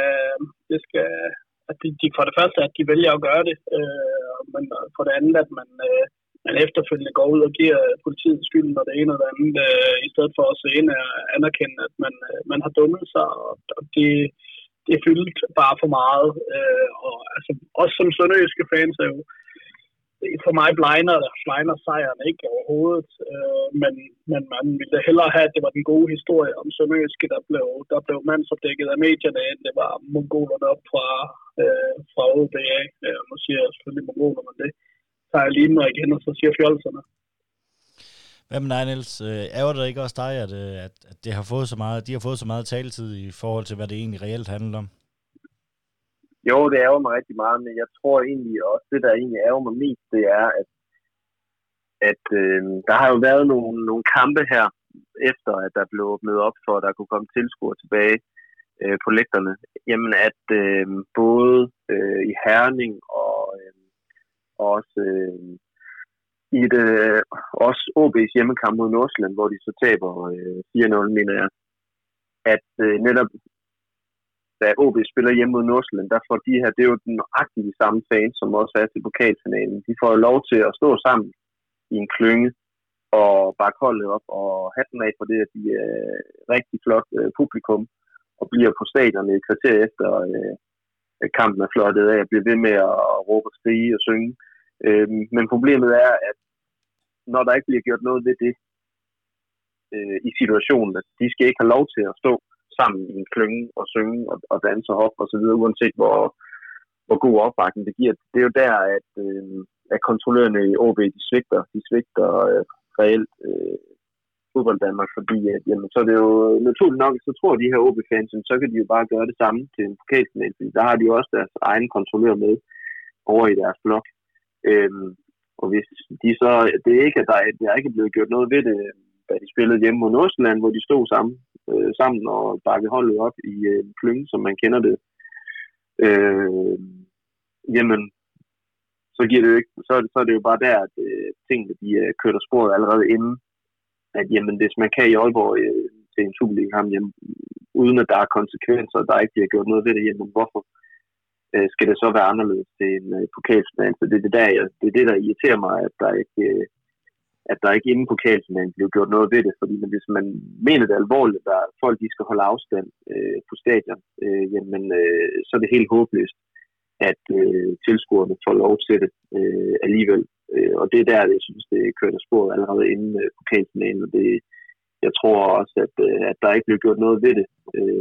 at de for det første, at de vælger at gøre det, men for det andet, at man efterfølgende går ud og giver politiet skylden og det ene og det andet, i stedet for at se ind og anerkende, at man har dummet sig, og det er fyldt bare for meget. Og altså, også som sønderjyske fans er jo, for mig blegner sejren ikke overhovedet, men man ville hellere have, at det var den gode historie om sønderjyske, der blev mandsopdækket af medierne, end det var mongolerne op fra OBA. Nu siger jeg selvfølgelig mongoler, men det tager jeg lige mig igen, og så siger fjolserne. Hvad med dig, Niels? Ærger det ikke også dig, at det har fået så meget, de har fået så meget taletid i forhold til, hvad det egentlig reelt handler om? Jo, det ærger mig rigtig meget, men jeg tror egentlig også, det der egentlig ærger mig mest, det er, at der har jo været nogle kampe her, efter at der blev åbnet op for, at der kunne komme tilskuere tilbage på lægterne. Jamen, at både i Herning og også også OB's hjemmekamp mod Nordsjælland, hvor de så taber 4-0, mener jeg, at netop da OB spiller hjemme mod Nordsjælland, der får de her, det er jo den nøjagtige samme fans, som også er til pokalfinalen. De får lov til at stå sammen i en klynge og bakke holdet op og hatten af for det, at de er rigtig flot publikum og bliver på stadion et kvarter efter kampen er flottet af og bliver ved med at råbe og skrige og synge. Men problemet er, at når der ikke bliver gjort noget ved det i situationen, at de skal ikke have lov til at stå sammen i en klynge og synge og danse og hoppe og så videre, uanset hvor god opbakning det giver. Det er jo der, at kontrollørerne i OB, de svigter reelt fodbold Danmark, fordi at, jamen, så er det jo naturligt nok, så tror de her OB-fans, så kan de jo bare gøre det samme til en pokalfinale, fordi der har de jo også deres egen kontrollør med over i deres blok. Og hvis de så, det er ikke, at der ikke er blevet gjort noget ved det, da de spillede hjemme mod Nordsjælland, hvor de stod sammen og bakkede holdet op i klynge, som man kender det. Jamen, så giver det jo ikke, så er det jo bare der, at tingene de kørt af sporet allerede inden, at jamen, hvis man kan i Aalborg til en Superliga-kamp, uden at der er konsekvenser, og der ikke bliver gjort noget ved det, jamen hvorfor skal det så være anderledes til en pokalfinale? Så det er det, der irriterer mig, at der ikke inden pokalfinalen bliver gjort noget ved det, fordi hvis man mener det alvorligt, at folk de skal holde afstand på stadion, så er det helt håbløst, at tilskuerne får lov til det alligevel. Og det er der, jeg synes, det kører af sporet allerede inden pokalfinalen, og jeg tror også, at der ikke bliver gjort noget ved det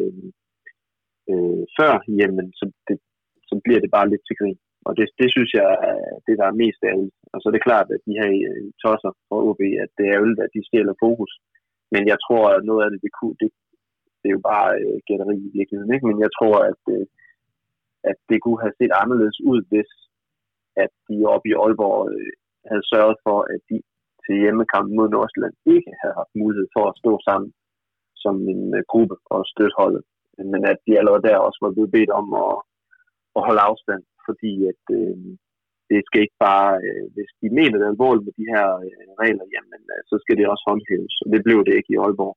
før, jamen, så bliver det bare lidt til grin. Og det synes jeg er det, der er mest ærgerligt. Og så er det klart, at de her tosser fra OB, at det er ærgerligt, at de stjæler fokus. Men jeg tror, at noget af det er jo bare gætteri i virkeligheden. Ikke? Men jeg tror, at det kunne have set anderledes ud, hvis at de oppe i Aalborg havde sørget for, at de til hjemmekampen mod Nordsjælland ikke havde haft mulighed for at stå sammen som en gruppe og støtte holdet. Men at de allerede der også var blevet bedt om at holde afstand, fordi at det skal ikke bare, hvis de mener det alvorligt med de her regler, jamen så skal det også håndhæves. Og det blev det ikke i Aalborg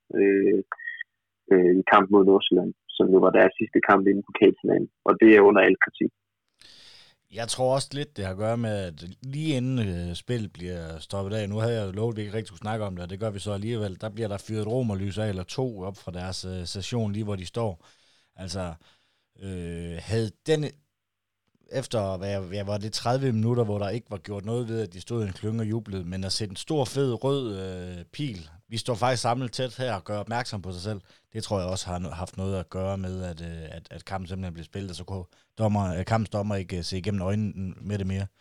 i kamp mod Nordsjælland, som jo var deres sidste kamp inden på pokalfinalen. Og det er under al kritik. Jeg tror også lidt, det har at gøre med, at lige inden spillet bliver stoppet af, nu havde jeg lovet, at vi ikke rigtig skulle snakke om det, og det gør vi så alligevel, der bliver der fyret romerlys af, eller 2 op fra deres station, lige hvor de står. Altså, havde den, efter, hvad var det, 30 minutter, hvor der ikke var gjort noget ved, at de stod i en klynge og jublede, men at sætte en stor, fed, rød pil, vi står faktisk samlet tæt her og gør opmærksom på sig selv, det tror jeg også har haft noget at gøre med, at kampen simpelthen blev spillet, og så kunne kampens dommer ikke se igennem øjnene med det mere.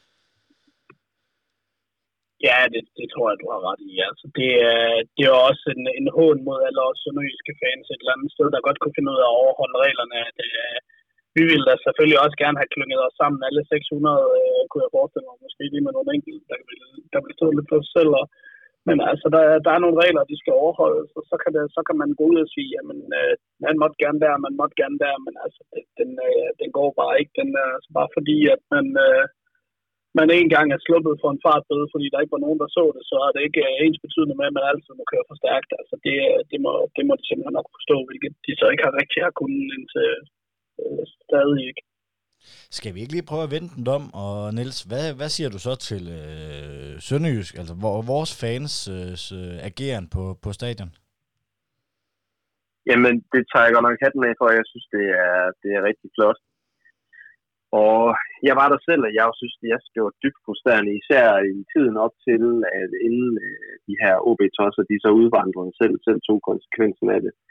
Ja, det tror jeg, du har ret i. Altså, det er også en hån mod alle os sønderjyske fans et eller andet sted, der godt kunne finde ud af at overholde reglerne. Vi ville da selvfølgelig også gerne have klynget os sammen. Alle 600 kunne jeg forestille mig, måske lige med nogle enkelte, der ville stå lidt for sig selv. Men altså, der er nogle regler, de skal overholdes, og så kan man gå ud og sige, jamen, man måtte gerne der, men altså, den går bare ikke. Den er altså bare fordi, at man en gang er sluppet for en fartbøde, fordi der ikke var nogen, der så det, så er det ikke ens betydende med, at man altid må køre for stærkt. Altså, det må de simpelthen nok forstå, hvilket de så ikke har rigtig har kunnet indtil stadig ikke. Skal vi ikke lige prøve at vende den om, og Niels, hvad siger du så til Sønderjysk, altså vores fans ageren på stadion? Jamen, det tager jeg godt nok hatten af for, jeg synes, det er rigtig flot. Og jeg var der selv, og jeg synes, det var dybt frustrerende, især i tiden op til, at inden de her OB-tosser, de så udvandrede selv tog konsekvensen af det.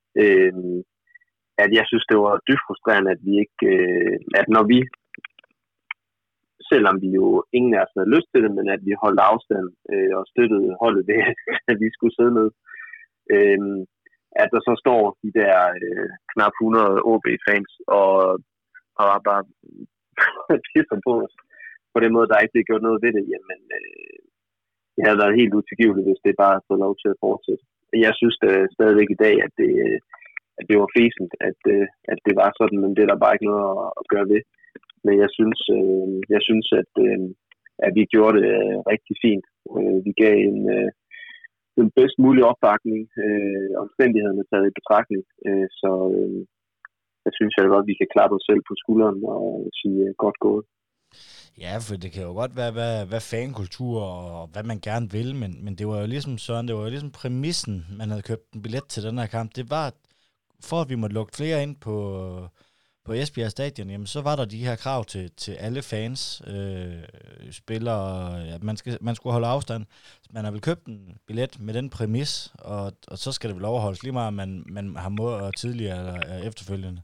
At jeg synes, det var dybt frustrerende, at vi ikke, at når vi, selvom vi jo ingen af os havde lyst til det, men at vi holdt afstand og støttede holdet ved, at vi skulle sidde med, at der så står de der knap 100 OB-fans og bare pisser på os på den måde, der ikke blev gjort noget ved det, jamen det havde været helt utilgiveligt, hvis det bare havde fået lov til at fortsætte. Jeg synes stadigvæk i dag, at det var fæsent, at det var sådan, men det er der bare ikke noget at gøre ved. Men jeg synes at vi gjorde det rigtig fint. Vi gav den bedst mulige opbakning, omstændighederne taget i betragtning. Så jeg synes jeg godt, vi kan klappe os selv på skulderen og sige godt gået. Ja, for det kan jo godt være, hvad fankultur og hvad man gerne vil, men det var jo ligesom sådan, det var jo ligesom præmissen, man havde købt en billet til den her kamp. Det var, for at vi måtte lukke flere ind på Esbjerg Stadion, jamen så var der de her krav til alle fans, spillere, at man skulle holde afstand. Man har vel købt en billet med den præmis, og så skal det vel overholdes lige meget, man har måde tidligere eller efterfølgende.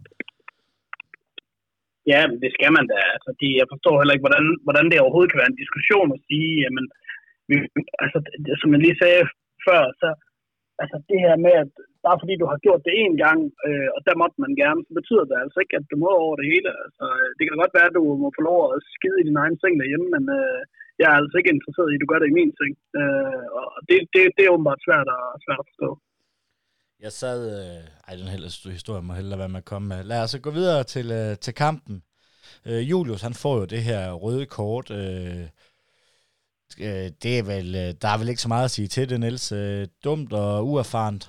Ja, men det skal man da. Altså, jeg forstår heller ikke, hvordan det overhovedet kan være en diskussion at sige, jamen, som jeg lige sagde før, så altså det her med, at bare fordi du har gjort det en gang, og der måtte man gerne, så betyder det altså ikke, at du må over det hele. Altså, det kan godt være, at du må få lov at skide i din egen seng derhjemme, men jeg er altså ikke interesseret i, at du gør det i min seng. Og det er åbenbart svært at forstå. Jeg sad... den historie må hellere være med at komme med. Lad os gå videre til kampen. Julius, han får jo det her røde kort. Det er vel, der er vel ikke så meget at sige til det, Niels. Dumt og uerfarent.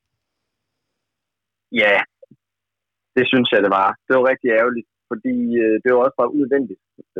Ja, det synes jeg, det var. Det var rigtig ærgerligt, fordi det var også bare unødvendigt.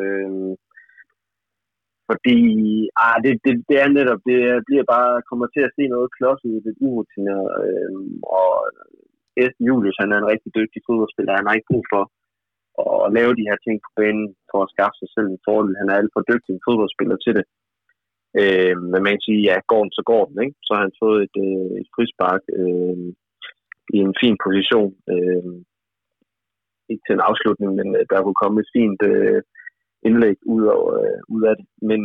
Fordi det er netop, det bliver bare, kommer til at se noget klodset i det urutineret. Og Julius, han er en rigtig dygtig fodboldspiller. Han har ikke brug for at lave de her ting på banen for at skaffe sig selv en fordel. Han er alt for dygtig en fodboldspiller til det. Men man kan sige, ja, går den, så går den, ikke? Så har han fået et frispark i en fin position. Ikke til en afslutning, men der kunne komme et fint indlæg ud af det. Men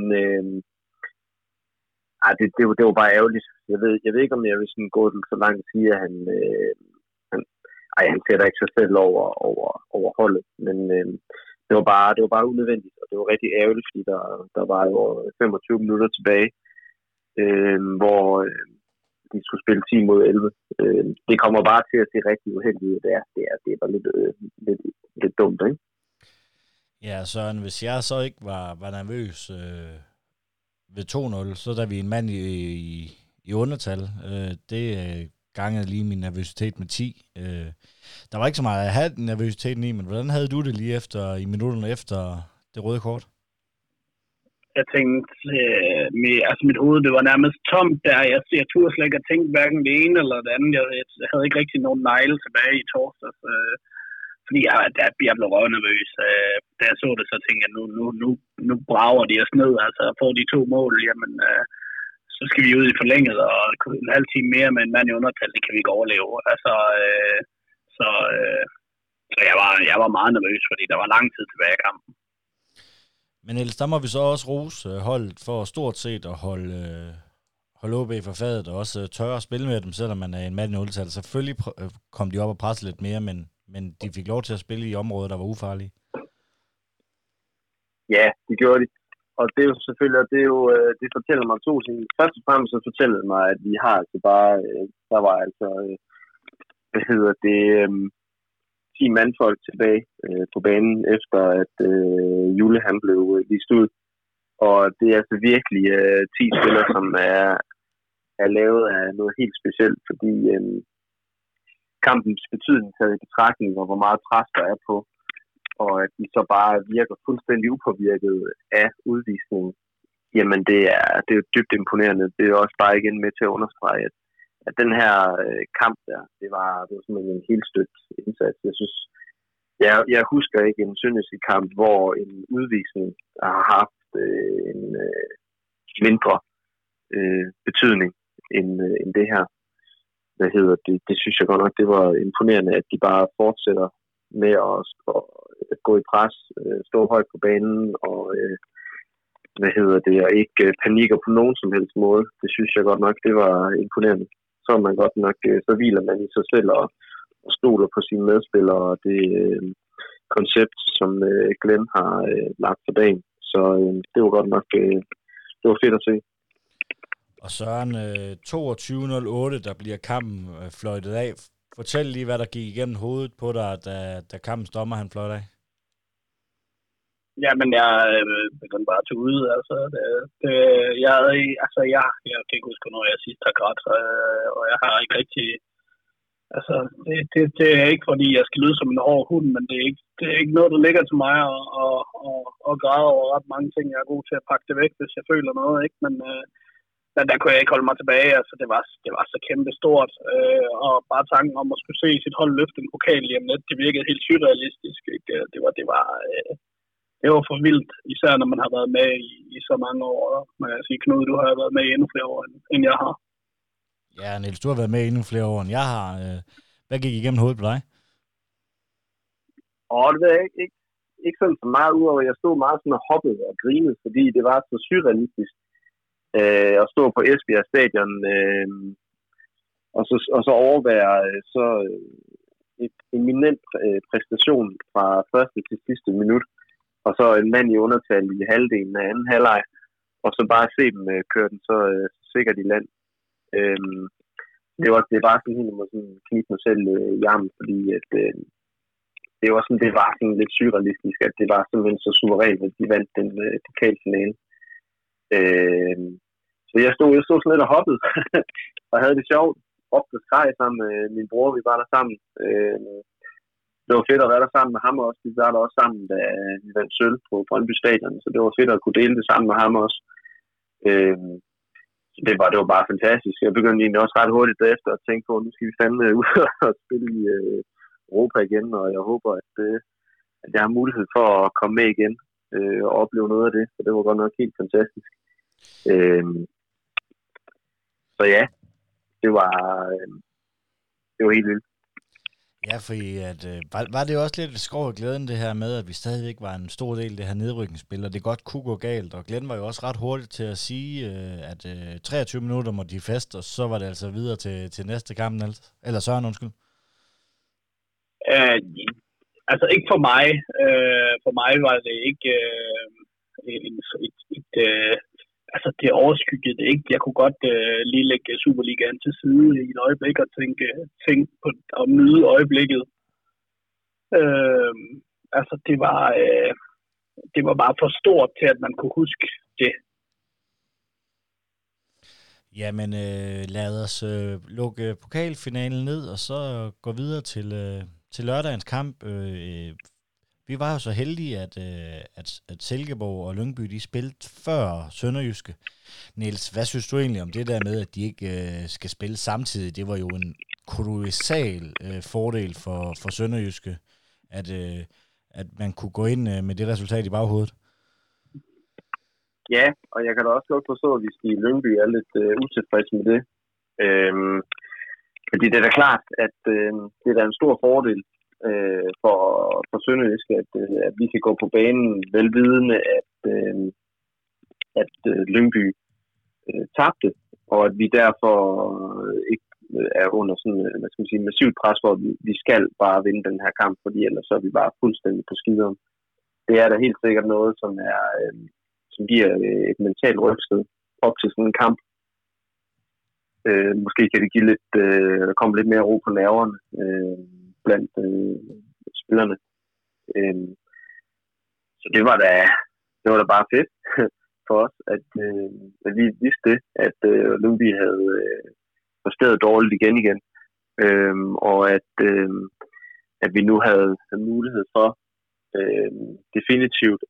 det var bare ærgerligt. Jeg ved ikke, om jeg vil sådan gå så langt at sige, at han sætter ikke sig selv over holdet, men det var bare unødvendigt, og det var rigtig ærgerligt, fordi der var jo 25 minutter tilbage, hvor de skulle spille 10 mod 11. Det kommer bare til at se rigtig uheldigt ud. Det var lidt dumt, ikke? Ja, Søren, hvis jeg så ikke var nervøs ved 2-0, så da vi en mand i undertal, det gangede lige min nervøsitet med 10. Der var ikke så meget at have nervøsiteten i, men hvordan havde du det lige i minutterne efter det røde kort? Jeg tænkte, mit hoved, det var nærmest tomt der. Jeg turde slet ikke at tænke hverken det ene eller det andet. Jeg havde ikke rigtig nogen negle tilbage i torsdags. Fordi jeg blev røvnervøs. Da jeg så det, så tænkte jeg, nu brager de os ned. Altså, får de 2 mål, jamen, så skal vi ud i forlænget, og en halv time mere med en mand i undertal, det kan vi ikke overleve. Altså, så jeg var meget nervøs, fordi der var lang tid tilbage i kampen. Men ellers, der må vi så også rose holdet for stort set at holde OB for fadet, og også tørre at spille med dem, selvom man er en mand i undertal. Selvfølgelig kom de op og presse lidt mere, men de fik lov til at spille i områder, der var ufarlige. Ja, det gjorde de. Og det er jo selvfølgelig, det fortæller mig 2 ting. Først og fremmest så fortæller det mig, at vi har altså bare, der var altså, 10 mandfolk tilbage på banen, efter at Jule han blev vist ud. Og det er altså virkelig 10 spillere, som er lavet af noget helt specielt, fordi kampens betydning taget i betragtning, og hvor meget pres der er på, og at de så bare virker fuldstændig upåvirket af udvisningen, jamen det er jo dybt imponerende. Det er også bare igen med til at understrege, at den her kamp der, det var simpelthen en helt stødt indsats. Jeg synes, jeg husker ikke en sønderjyske kamp, hvor en udvisning har haft en mindre betydning end det her. Det synes jeg godt nok, det var imponerende, at de bare fortsætter med at gå i pres, stå højt på banen, og og ikke panikker på nogen som helst måde. Det synes jeg godt nok, det var imponerende. Så er man godt nok, så hviler man i sig selv og stoler på sine medspillere, og det koncept, som Glenn har lagt for dagen. Så det var godt nok, det var fedt at se. Og Søren, 22.08, der bliver kampen fløjtet af. Fortæl lige, hvad der gik igennem hovedet på dig, da kampens dommer han fløjte af. Ja, men jeg begyndte bare at tage ud. Altså, jeg kan ikke huske, når jeg sidst har grædt, og jeg har ikke rigtig... Altså, det er ikke, fordi jeg skal lyde som en hård hund, men det er ikke noget, der ligger til mig at græde over ret mange ting. Jeg er god til at pakke det væk, hvis jeg føler noget, ikke? Men der kunne jeg ikke holde mig tilbage. Altså, det var så kæmpe stort. Og bare tanken om at skulle se sit hold løfte en pokal lige om lidt, det virkede helt surrealistisk, ikke? Det var for vildt, især når man har været med i så mange år. Man kan sige, Knud, du har været med i endnu flere år, end jeg har. Ja, Niels, du har været med i endnu flere år, end jeg har. Hvad gik igennem hovedet på dig? Det ved jeg ikke sådan så meget udover. Jeg stod meget sådan og hoppede og grinede, fordi det var så surrealistisk at stå på Esbjerg Stadion og så overvære så et eminent præstation fra første til sidste minut, og så en mand i undertal i halvdelen af anden halvleg, og så bare se dem køre den så sikkert i land. Det er bare sådan helt, at man knibe mig selv i armen, fordi at, det var sådan lidt surrealistisk, at det var simpelthen så suverænt, at de vandt den pokalfinale. Så jeg stod sådan lidt og hoppede, og havde det sjovt, råbte og skreg sammen med min bror, vi var der sammen. Det var fedt at være der sammen med ham også. Vi var der også sammen, da vi vandt sølv på Brøndby Stadion, så det var fedt at kunne dele det sammen med ham også. Det var bare fantastisk. Jeg begyndte egentlig også ret hurtigt derefter at tænke på, at nu skal vi fandme ud og spille i Europa igen, og jeg håber, at jeg har mulighed for at komme med igen og opleve noget af det, for det var godt nok helt fantastisk. Så ja, det var helt vildt. Ja, fordi var det jo også lidt skår af glæden, det her med, at vi stadigvæk var en stor del af det her nedrykningsspil, og det godt kunne gå galt, og Glenn var jo også ret hurtigt til at sige, at 23 minutter må de fast, og så var det altså videre til næste kamp, eller Søren, undskyld. Øh, altså ikke for mig. For mig var det ikke altså det overskyggede det ikke. Jeg kunne godt lige lægge Superligaen til side i et øjeblik og tænke på at nyde øjeblikket. Altså det var bare for stort til, at man kunne huske det. Jamen, lad os lukke pokalfinalen ned, og så gå videre til lørdagens kamp. Vi var jo så heldige, at Silkeborg og Lyngby, de spillede før Sønderjyske. Niels, hvad synes du egentlig om det der med, at de ikke skal spille samtidig? Det var jo en kolossal fordel for Sønderjyske, at man kunne gå ind med det resultat i baghovedet. Ja, og jeg kan da også godt forstå, at hvis de i Lyngby er lidt utilfredse med det. Fordi det er da klart, at det er da en stor fordel for Sønderjysk, at vi kan gå på banen velvidende, at Lyngby tabte, og at vi derfor ikke er under sådan, hvad skal man sige, massivt pres, hvor vi skal bare vinde den her kamp, fordi ellers så er vi bare fuldstændig på skideren. Det er da helt sikkert noget, som giver et mentalt rygstød op til sådan en kamp. Måske kan det give lidt, komme lidt mere ro på nerverne blandt spillerne. Så det var da bare fedt for os, at vi vidste det, at Lyngby havde præsteret dårligt igen. Og at vi nu havde mulighed for definitivt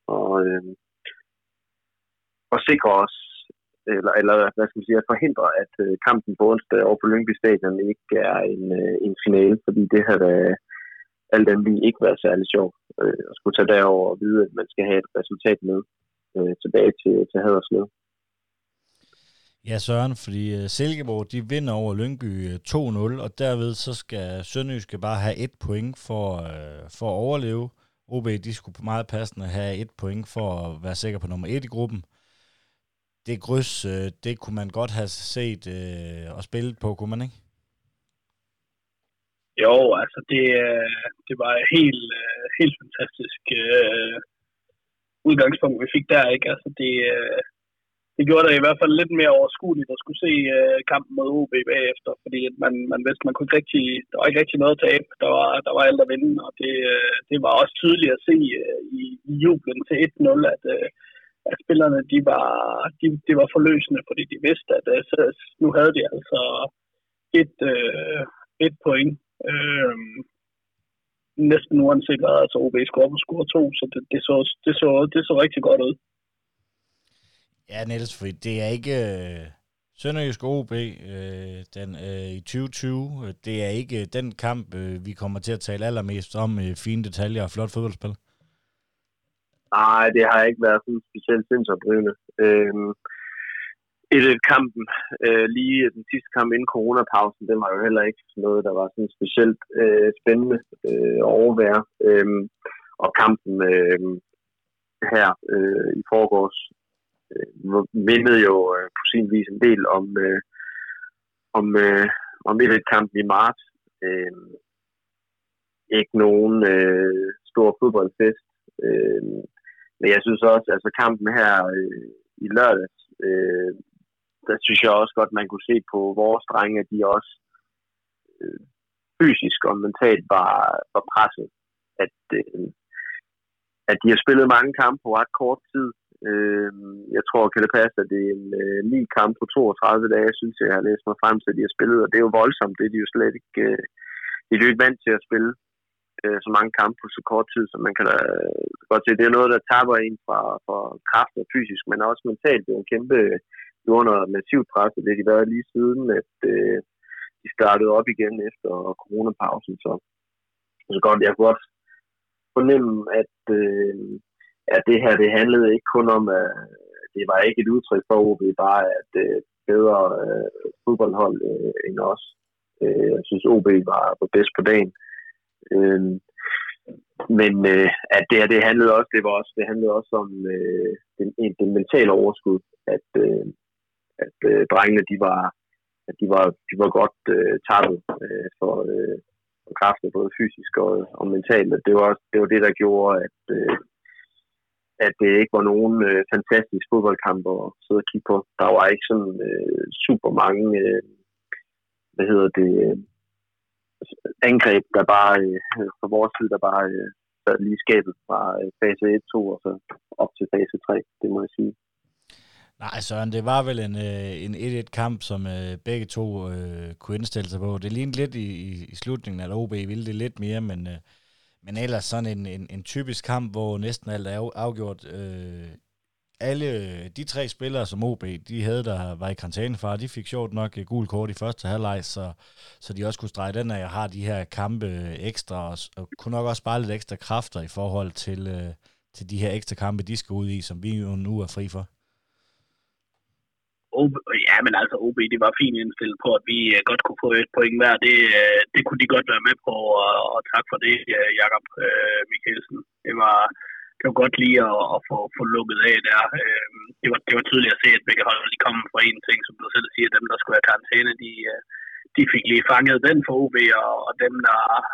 og sikre os, eller hvad skal man sige, at forhindre, at kampen på onsdag over på Lyngby Stadion ikke er en finale, fordi det havde alt andet ikke været særlig sjovt at skulle tage derover og vide, at man skal have et resultat med tilbage til Haderslev. Ja, Søren, fordi Silkeborg, de vinder over Lyngby 2-0, og derved så skal Sønderjyske bare have 1 point for at overleve. OB, de skulle på meget passende have 1 point for at være sikker på nummer 1 i gruppen. Det kryds, det kunne man godt have set og spillet på, kunne man ikke? Jo, altså det var helt fantastisk udgangspunkt, vi fik der, ikke? Altså det gjorde det i hvert fald lidt mere overskueligt at skulle se kampen mod OB bagefter, fordi man vidste, man kunne ikke rigtig, der var ikke rigtig noget at tabe. Der var alt at vinde, og det var også tydeligt at se i jublen til 1-0, at spillerne, de var forløsende, fordi de vidste, at nu havde de altså et point. Næsten uanset hvad, altså OB score 2, så det så rigtig godt ud. Ja, Niels, for det er ikke Sønderjysk OB i 2020. Det er ikke den kamp, vi kommer til at tale allermest om i fine detaljer og flot fodboldspil. Nej, det har ikke været sådan specielt sindsoprivende. Kampen, lige den sidste kamp inden coronapausen, den var jo heller ikke noget, der var sådan specielt spændende at overvære. Og kampen her i forgårs mindede jo på sin vis en del om kampen i marts. Ikke nogen stor fodboldfest. Men jeg synes også, altså kampen her i lørdags, der synes jeg også godt, man kunne se på vores drenge, at de også fysisk og mentalt var presset. At de har spillet mange kampe på ret kort tid. Jeg tror, kan det passe, at det er en 9 kamp på 32 dage, synes jeg har læst mig frem til, at de har spillet, og det er jo voldsomt. Det er de jo slet ikke, de er jo ikke vant til at spille så mange kampe på så kort tid, som man kan godt se. Det er noget, der tapper en for kraft og fysisk, men også mentalt. Det er en kæmpe under massivt pres, og det har de været lige siden, at de startede op igen efter coronapausen. Så godt, jeg kunne godt fornemme, at det her, det handlede ikke kun om, at det var ikke et udtryk for OB, bare at bedre fodboldhold end os. Jeg synes, OB var bedst på dagen. Men at det handlede også, det handlede også om det mentale overskud, at drengene, de var godt tappet for kræfter, både fysisk og mentalt. Det var det, der gjorde, at det ikke var nogen fantastisk fodboldkamp at sidde og kigge på. Der var ikke sådan super mange angreb, der bare fra vores side, der bare sad lige skabet fra fase 1, 2 og så op til fase 3, det må jeg sige. Nej, Søren, det var vel en 1-1-kamp, som begge to kunne indstille sig på. Det lignede lidt i slutningen, at OB ville det lidt mere, men ellers sådan en typisk kamp, hvor næsten alt er afgjort. Alle de 3 spillere, som OB de havde, der var i karantænefare, de fik sjovt nok gul kort i første halvleg, så de også kunne strege den af, og har de her kampe ekstra, og kunne nok også spare lidt ekstra kræfter i forhold til de her ekstra kampe, de skal ud i, som vi jo nu er fri for. Ja, men altså OB, det var fint indstillet på, at vi godt kunne få et point hver. Det kunne de godt være med på, og tak for det, Jakob Mikkelsen. Det var godt lige at få lukket af der. Det var tydeligt at se, at begge hold de kom fra en ting, som du selv siger, dem der skulle have karantæne, de fik lige fanget den for OB, og dem der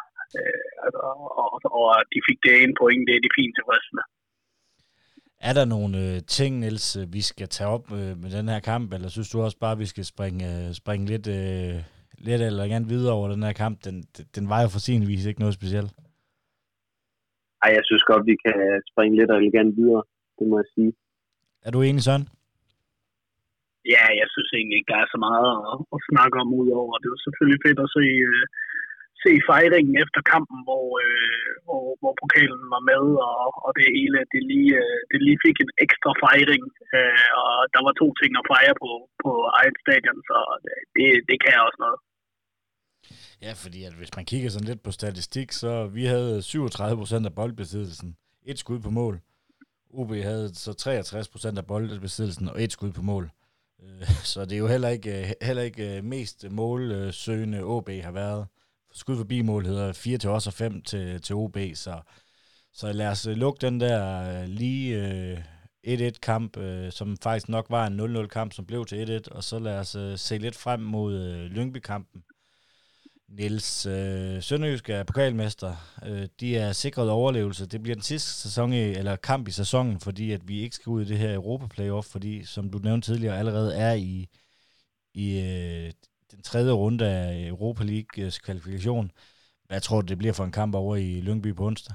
og de fik det ene point, det er de fint tilfredse med. Er der nogle ting, Niels, vi skal tage op med den her kamp, eller synes du også bare, at vi skal springe lidt eller gerne videre over den her kamp? Den var jo for sin vis ikke noget specielt. Ej, jeg synes godt, vi kan springe lidt eller gerne videre, det må jeg sige. Er du enig, Søren? Ja, jeg synes egentlig ikke, der er så meget at snakke om udover. Det var selvfølgelig fedt at se fejringen efter kampen, hvor pokalen var med, og det hele, det lige fik en ekstra fejring, og der var 2 ting at fejre på eget stadion, så det kan også noget. Ja, fordi at hvis man kigger sådan lidt på statistik, så vi havde 37% af boldbesiddelsen, 1 skud på mål. OB havde så 63% af boldbesiddelsen og 1 skud på mål. Så det er jo heller ikke mest målsøgende OB har været. Skud forbi mål hedder 4 til os og 5 til OB, så lad os lukke den der lige 1-1-kamp, som faktisk nok var en 0-0-kamp, som blev til 1-1, og så lad os se lidt frem mod Lyngby-kampen. Niels, Sønderjysk er pokalmester. De er sikret overlevelse. Det bliver den sidste kamp i sæsonen, fordi at vi ikke skal ud i det her Europa-playoff, fordi, som du nævnte tidligere, allerede er i den 3. runde af Europa Leagues kvalifikation. Hvad tror du, det bliver for en kamp over i Lyngby på onsdag?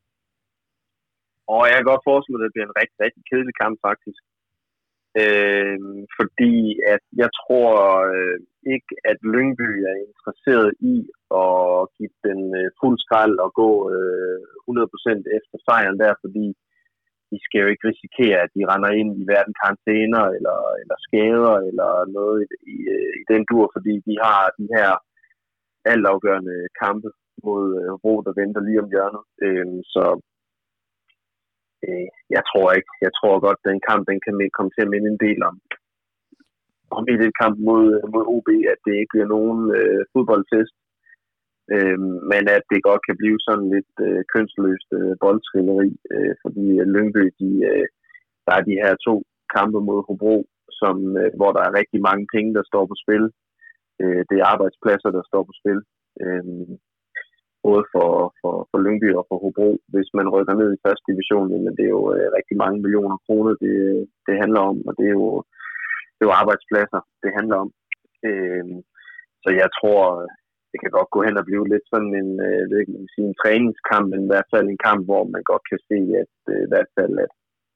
Jeg kan godt forestille mig, at det bliver en rigtig, rigtig kedelig kamp, faktisk. Fordi at jeg tror ikke, at Lyngby er interesseret i at give den fuld skrald og gå 100% efter sejren der, fordi de skal jo ikke risikere, at de render ind i hverken karantæner eller skader eller noget i den dur, fordi de har de her altafgørende kampe mod Hobro, der venter lige om hjørnet. Så jeg tror ikke. Jeg tror godt, at den kamp den kan komme til at minde en del om i den kamp mod OB, at det ikke bliver nogen fodboldfest, men at det godt kan blive sådan lidt kønsløst boldskrilleri, fordi Lyngby, der er de her 2 kampe mod Hobro, hvor der er rigtig mange penge, der står på spil. Det er arbejdspladser, der står på spil. Både for Lyngby og for Hobro. Hvis man rykker ned i første division, men det er jo rigtig mange millioner kroner, det handler om, og det er jo arbejdspladser, det handler om. Så jeg tror, det kan godt gå hen og blive lidt sådan en træningskamp, men i hvert fald en kamp, hvor man godt kan se, at i hvert fald, at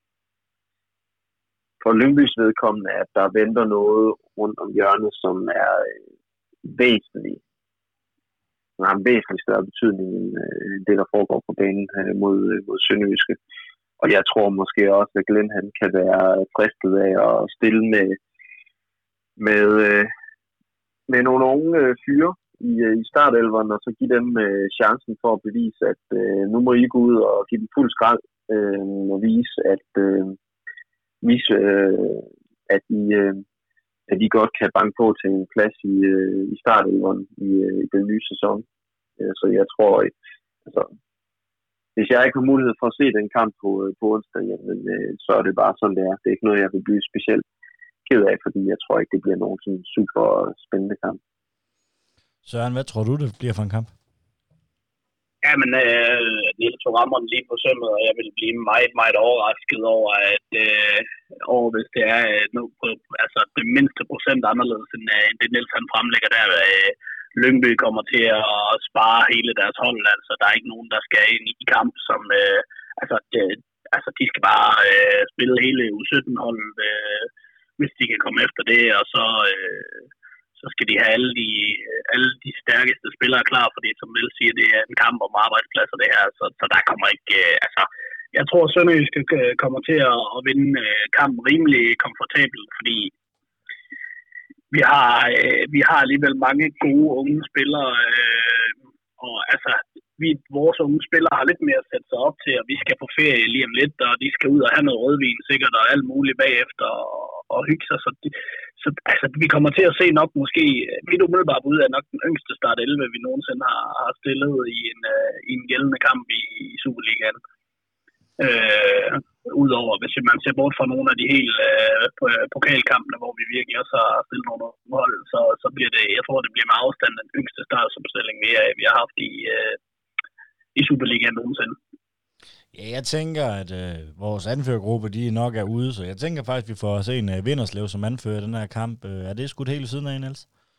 for Lyngbys vedkommende, at der venter noget rundt om hjørnet, som er væsentligt. Den har en væsentlig større betydning end det, der foregår på banen mod Sønderjyske. Og jeg tror måske også, at Glenn han kan være fristet af at stille med nogle unge fyre i startelveren, og så give dem chancen for at bevise, at nu må I gå ud og give dem fuld skrald og vise, at I godt kan banke på til en plads i startelveren i den nye sæson. Så jeg tror, altså, hvis jeg ikke har mulighed for at se den kamp på onsdag, jamen, så er det bare sådan, det er. Det er ikke noget, jeg vil blive specielt ked af, fordi jeg tror ikke, det bliver nogen sådan super spændende kamp. Søren, hvad tror du, det bliver for en kamp? Ja, men Niels tog rammeren lige på sømmet, og jeg vil blive meget, meget overrasket over, at hvis det er altså det mindste procent anderledes, end det Niels han fremlægger der, Lyngby kommer til at spare hele deres hold. Altså, der er ikke nogen, der skal ind i kamp, som de skal bare spille hele U17-holdet, hvis de kan komme efter det, og så skal de have alle de stærkeste spillere klar, fordi som Niels siger, det er en kamp om arbejdspladser det her, så der kommer ikke, jeg tror Sønderjyske kommer til at vinde kampen rimelig komfortabelt, fordi vi har alligevel mange gode unge spillere, og altså vores unge spillere har lidt mere at sætte sig op til, og vi skal på ferie lige om lidt, og de skal ud og have noget rødvin sikkert, og alt muligt bagefter, og hygge sig, så vi kommer til at se nok måske, mit umiddelbare bud er nok den yngste start 11, vi nogensinde har stillet i en gældende kamp i Superligaen. Udover hvis man ser bort fra nogle af de helt pokalkampene, hvor vi virkelig også har stillet nogle hold, så bliver det, jeg tror det bliver med afstand den yngste startsopstilling vi har haft i Superligaen nogensinde. Ja, jeg tænker, at vores anførergruppe, de nok er ude, så jeg tænker faktisk, at vi får se en Vinderslev som anfører den her kamp. Er det skudt hele siden af, Niels?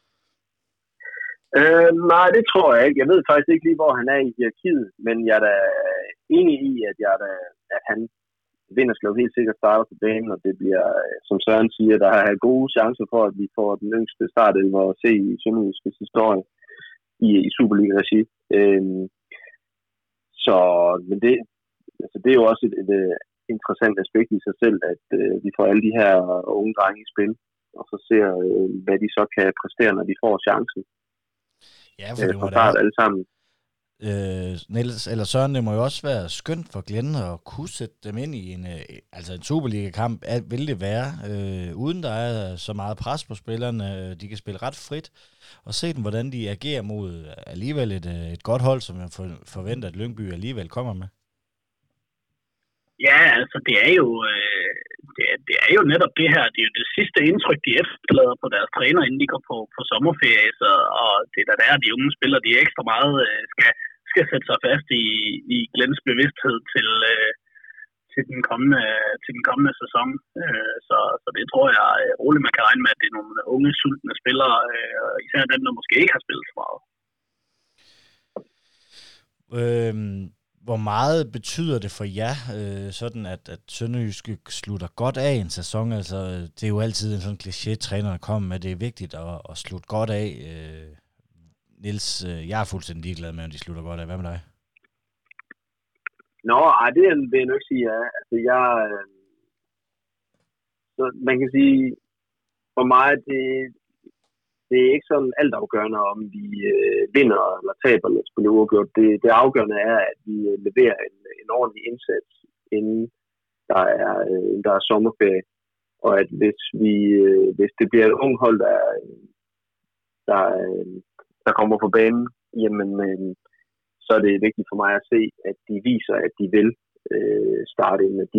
Nej, det tror jeg ikke. Jeg ved faktisk ikke lige, hvor han er i hierarkiet, men jeg er da enig i, at han Vinderslev helt sikkert starter på banen, og det bliver, som Søren siger, der er gode chancer for, at vi får den yngste startelver at se i Sønderjyskes historie i Superliga-regi. Men det er jo også et interessant aspekt i sig selv, at vi får alle de her unge drenge i spil, og så ser, hvad de så kan præstere, når de får chancen. Ja, for det må da alle sammen. Niels eller Søren, det må jo også være skønt for Glenn at kunne sætte dem ind i en Superliga-kamp. Vil det være, uden der er så meget pres på spillerne, de kan spille ret frit, og se dem, hvordan de agerer mod alligevel et godt hold, som jeg forventer, at Lyngby alligevel kommer med. Ja, altså det er jo netop det her, det er jo det sidste indtryk, de efterlader på deres træner, inden de går på sommerferie, og det er der de unge spillere, de ekstra meget skal sætte sig fast i Glens bevidsthed til den kommende sæson. Så det tror jeg roligt, man kan regne med, at det er nogle unge, sultne spillere, især dem, der måske ikke har spillet så meget. Hvor meget betyder det for jer, sådan at Sønderjyske slutter godt af en sæson? Altså, det er jo altid en sådan kliché, trænerne kommer med, det er vigtigt at slutte godt af. Niels, jeg er fuldstændig ligeglad med, om de slutter godt af. Hvad med dig? Det vil jeg nok sige, ja. Altså, så man kan sige, for mig, det er ikke sådan altafgørende, om vi vinder eller taber eller spiller uafgjort. Det afgørende er, at vi leverer en ordentlig indsats, inden der er sommerferie. Og at hvis det bliver et ung hold, der kommer på banen, jamen, så er det vigtigt for mig at se, at de viser, at de vil starte ind, at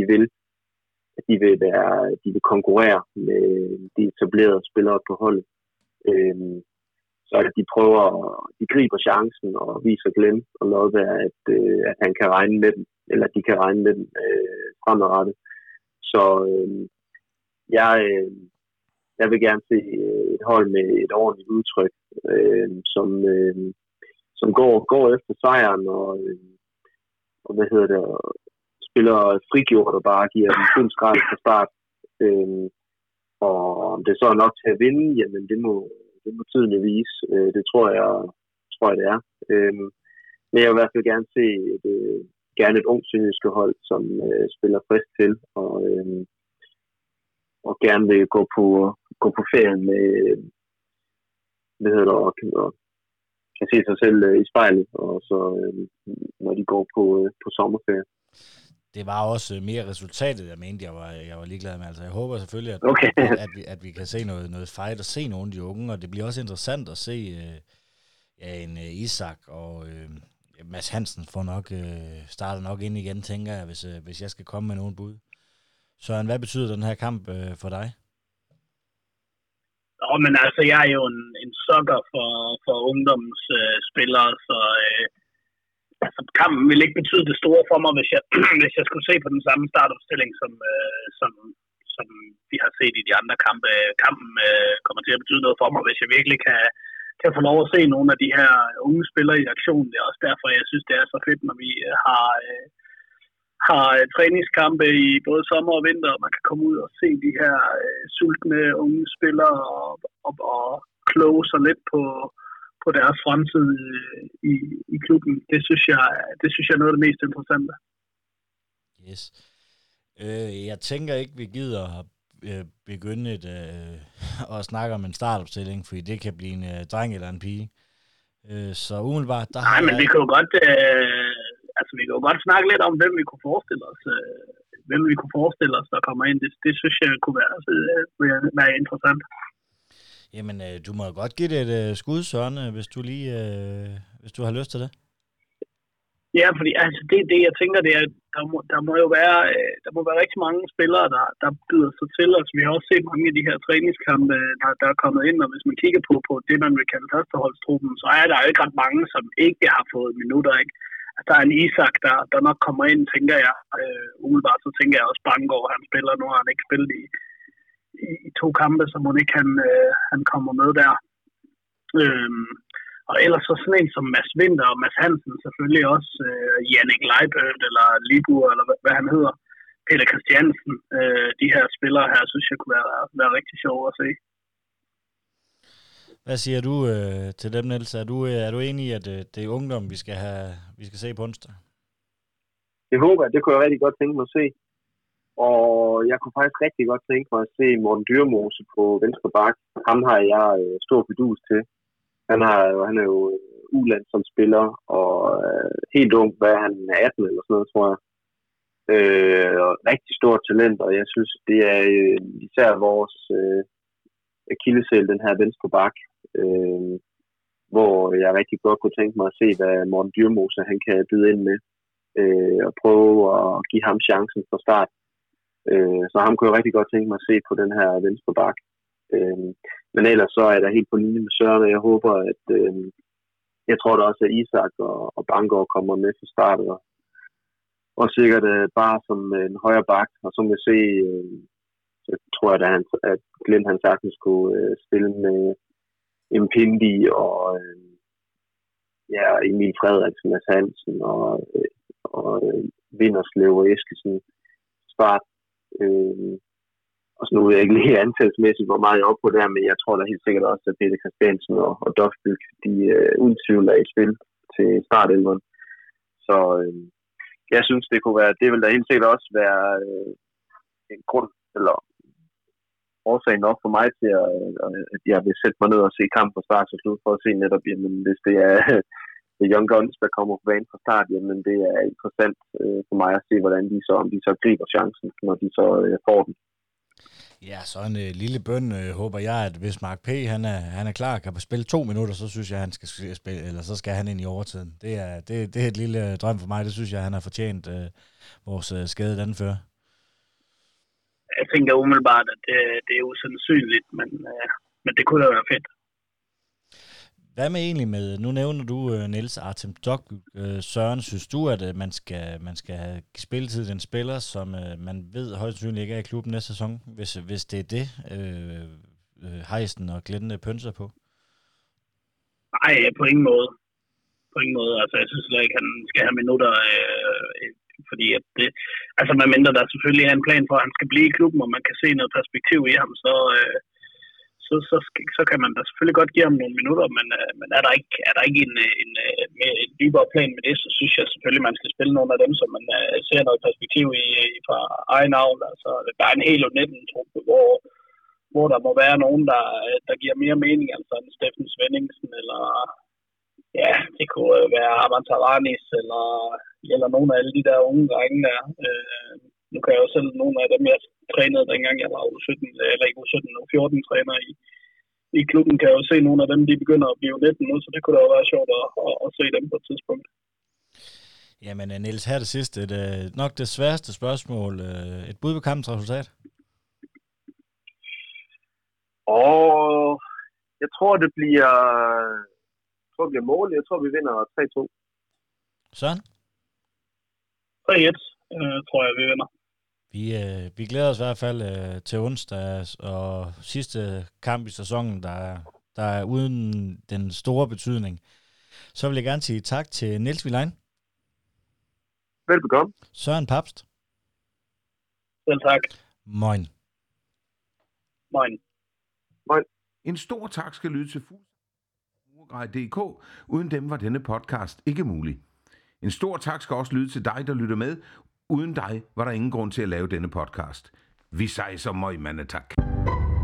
de vil konkurrere med de etablerede spillere på holdet. Så at de griber chancen og viser Glenn og Lodberg, at han kan regne med dem, eller de kan regne med dem fremadrettet. Så jeg vil gerne se et hold med et ordentligt udtryk, som går efter sejren og spiller frigjort og bare giver dem fuld skrald fra start. Og om det så er nok til at vinde, jamen det må tiden jo vise. Det tror jeg det er. Men jeg vil i hvert fald gerne se gerne et ungt sønderjyske hold, som spiller frisk til og gerne vil gå på ferien med og kan se sig selv i spejlet, og så når de går på sommerferie. Det var også mere resultatet, jeg mente, jeg var ligeglad med. Altså, jeg håber selvfølgelig, at vi kan se noget fight og se nogle af de unge, og det bliver også interessant at se en Isak og Mads Hansen starter nok ind igen, tænker jeg, hvis jeg skal komme med nogen bud. Søren, hvad betyder den her kamp for dig? Men altså, jeg er jo en sukker for ungdomsspillere, så altså, kampen ville ikke betyde det store for mig, hvis jeg skulle se på den samme startopstilling, som vi har set i de andre kampe. Kampen kommer til at betyde noget for mig, hvis jeg virkelig kan få lov at se nogle af de her unge spillere i aktion. Det er også derfor, jeg synes, det er så fedt, når vi har træningskampe i både sommer og vinter, og man kan komme ud og se de her sultne unge spillere og kloge sig lidt på deres fremtid i klubben. Det synes jeg er noget af det mest interessante. Yes. Jeg tænker ikke, vi gider begynde at snakke om en startopstilling, fordi det kan blive en dreng eller en pige. Så umiddelbart... Nej, men vi kan jo godt... vi kan jo godt snakke lidt om, hvem vi kunne forestille os, der kommer ind. Det synes jeg kunne være interessant. Jamen, du må godt give det et skud, Søren, hvis du har lyst til det. Ja, fordi altså, det jeg tænker, det er, der må være rigtig mange spillere, der byder sig til os. Vi har også set mange af de her træningskampe, der er kommet ind, og hvis man kigger på det, man vil kalde førsteholdstruppen, så er der jo ikke ret mange, som ikke har fået minutter, ikke? Altså, der er en Isak, der nok kommer ind, tænker jeg. Umiddelbart så tænker jeg også Bangor, han spiller. Nu har han ikke spillet i 2 kampe, så må ikke han kommer med der. Og ellers så sådan en som Mads Winter og Mads Hansen, selvfølgelig også Jannik Leibødt eller Libur, eller hvad han hedder, Peter Christiansen. De her spillere her, synes jeg kunne være rigtig sjove at se. Hvad siger du til dem, Niels? Er du enig i, at det er ungdom, vi skal se på onsdag? Det håber jeg. Det kunne jeg rigtig godt tænke mig at se. Og jeg kunne faktisk rigtig godt tænke mig at se Morten Dyrmose på venstre bak. Ham har jeg stor fidus til. Han er jo uland som spiller, og helt ung, hvad han er 18 eller sådan noget, tror jeg. Og rigtig stort talent, og jeg synes, det er især vores akilleshæl, den her venstre bak, hvor jeg rigtig godt kunne tænke mig at se, hvad Morten Dyrmose han kan byde ind med, og prøve at give ham chancen fra start. Så ham kunne jeg rigtig godt tænke mig at se på den her venstre bak. Men ellers så er der helt på linje med Søren, og jeg håber, at jeg tror da også, at Isak og Bangor kommer med fra start, og sikkert bare som en højre bak, og så må vi se, så tror jeg, at Glenn han sagtens kunne spille med Mpindi og Emil Frederiksen, Mads Hansen og Vinderslev og Eskesen start. Og så nu er jeg ikke lige antalsmæssigt, hvor meget jeg er oppe på der, men jeg tror da helt sikkert også, at Peter Christiansen og Dofbyk, de uden tvivl er i spil til startelveren. Så jeg synes, det vil da helt sikkert også være en grund, eller årsagen nok for mig til, at jeg vil sætte mig ned og se kampen fra start og slut, for at se netop, jamen, hvis det er Young Guns, der kommer på banen fra start, jamen det er interessant for mig at se, hvordan om de så griber chancen, når de så får den. Ja, så en lille bøn håber jeg, at hvis Mark P. han er klar, kan spille 2 minutter, så synes jeg, han skal spille, eller så skal han ind i overtiden. Det er et lille drøm for mig. Det synes jeg, han har fortjent vores skadede anfører. Jeg tænker umiddelbart, at det er usandsynligt, men det kunne da være fedt. Hvad med egentlig med, nu nævner du Niels Artem Dofbyk. Søren, synes du, at man skal give spilletid til en spiller, som man ved højst sandsynligt ikke er i klubben næste sæson, hvis det er det, Heisen og Glenn pønser på? Nej, på ingen måde. På ingen måde. Altså, jeg synes ikke, han skal have minutter, fordi at det, altså medmindre der selvfølgelig er en plan for, at han skal blive i klubben, og man kan se noget perspektiv i ham, så kan man da selvfølgelig godt give ham nogle minutter, men er der ikke en dybere plan med det, så synes jeg selvfølgelig, man skal spille nogle af dem, som man ser noget perspektiv i fra egen avl. Altså, der er en hel U19-truppe, hvor der må være nogen, der giver mere mening, altså en Steffen Svenningsen, eller ja, det kunne være Arman Taranis, eller nogle af alle de der unge drenge der. Nu kan jeg jo selv nogle af dem, jeg trænede dengang, jeg var U17, eller ikke U17, U14-træner i klubben, kan jeg jo se nogle af dem, de begynder at blive 19 nu, så det kunne da jo være sjovt at se dem på et tidspunkt. Jamen Niels, her det sidste, nok det sværeste spørgsmål. Et bud på kampens resultat? Jeg tror, det bliver mål. Jeg tror, vi vinder 3-2. Søren? 3-1, tror jeg, vi vinder. Vi glæder os i hvert fald til onsdag og sidste kamp i sæsonen, der er uden den store betydning. Så vil jeg gerne sige tak til Niels Vilein. Velbekomme. Søren Papst. Selv tak. Moin. Moin. En stor tak skal lyde til Fuglsang.dk. Uden dem var denne podcast ikke mulig. En stor tak skal også lyde til dig, der lytter med. Uden dig var der ingen grund til at lave denne podcast. Vi siger så møg, mandetak.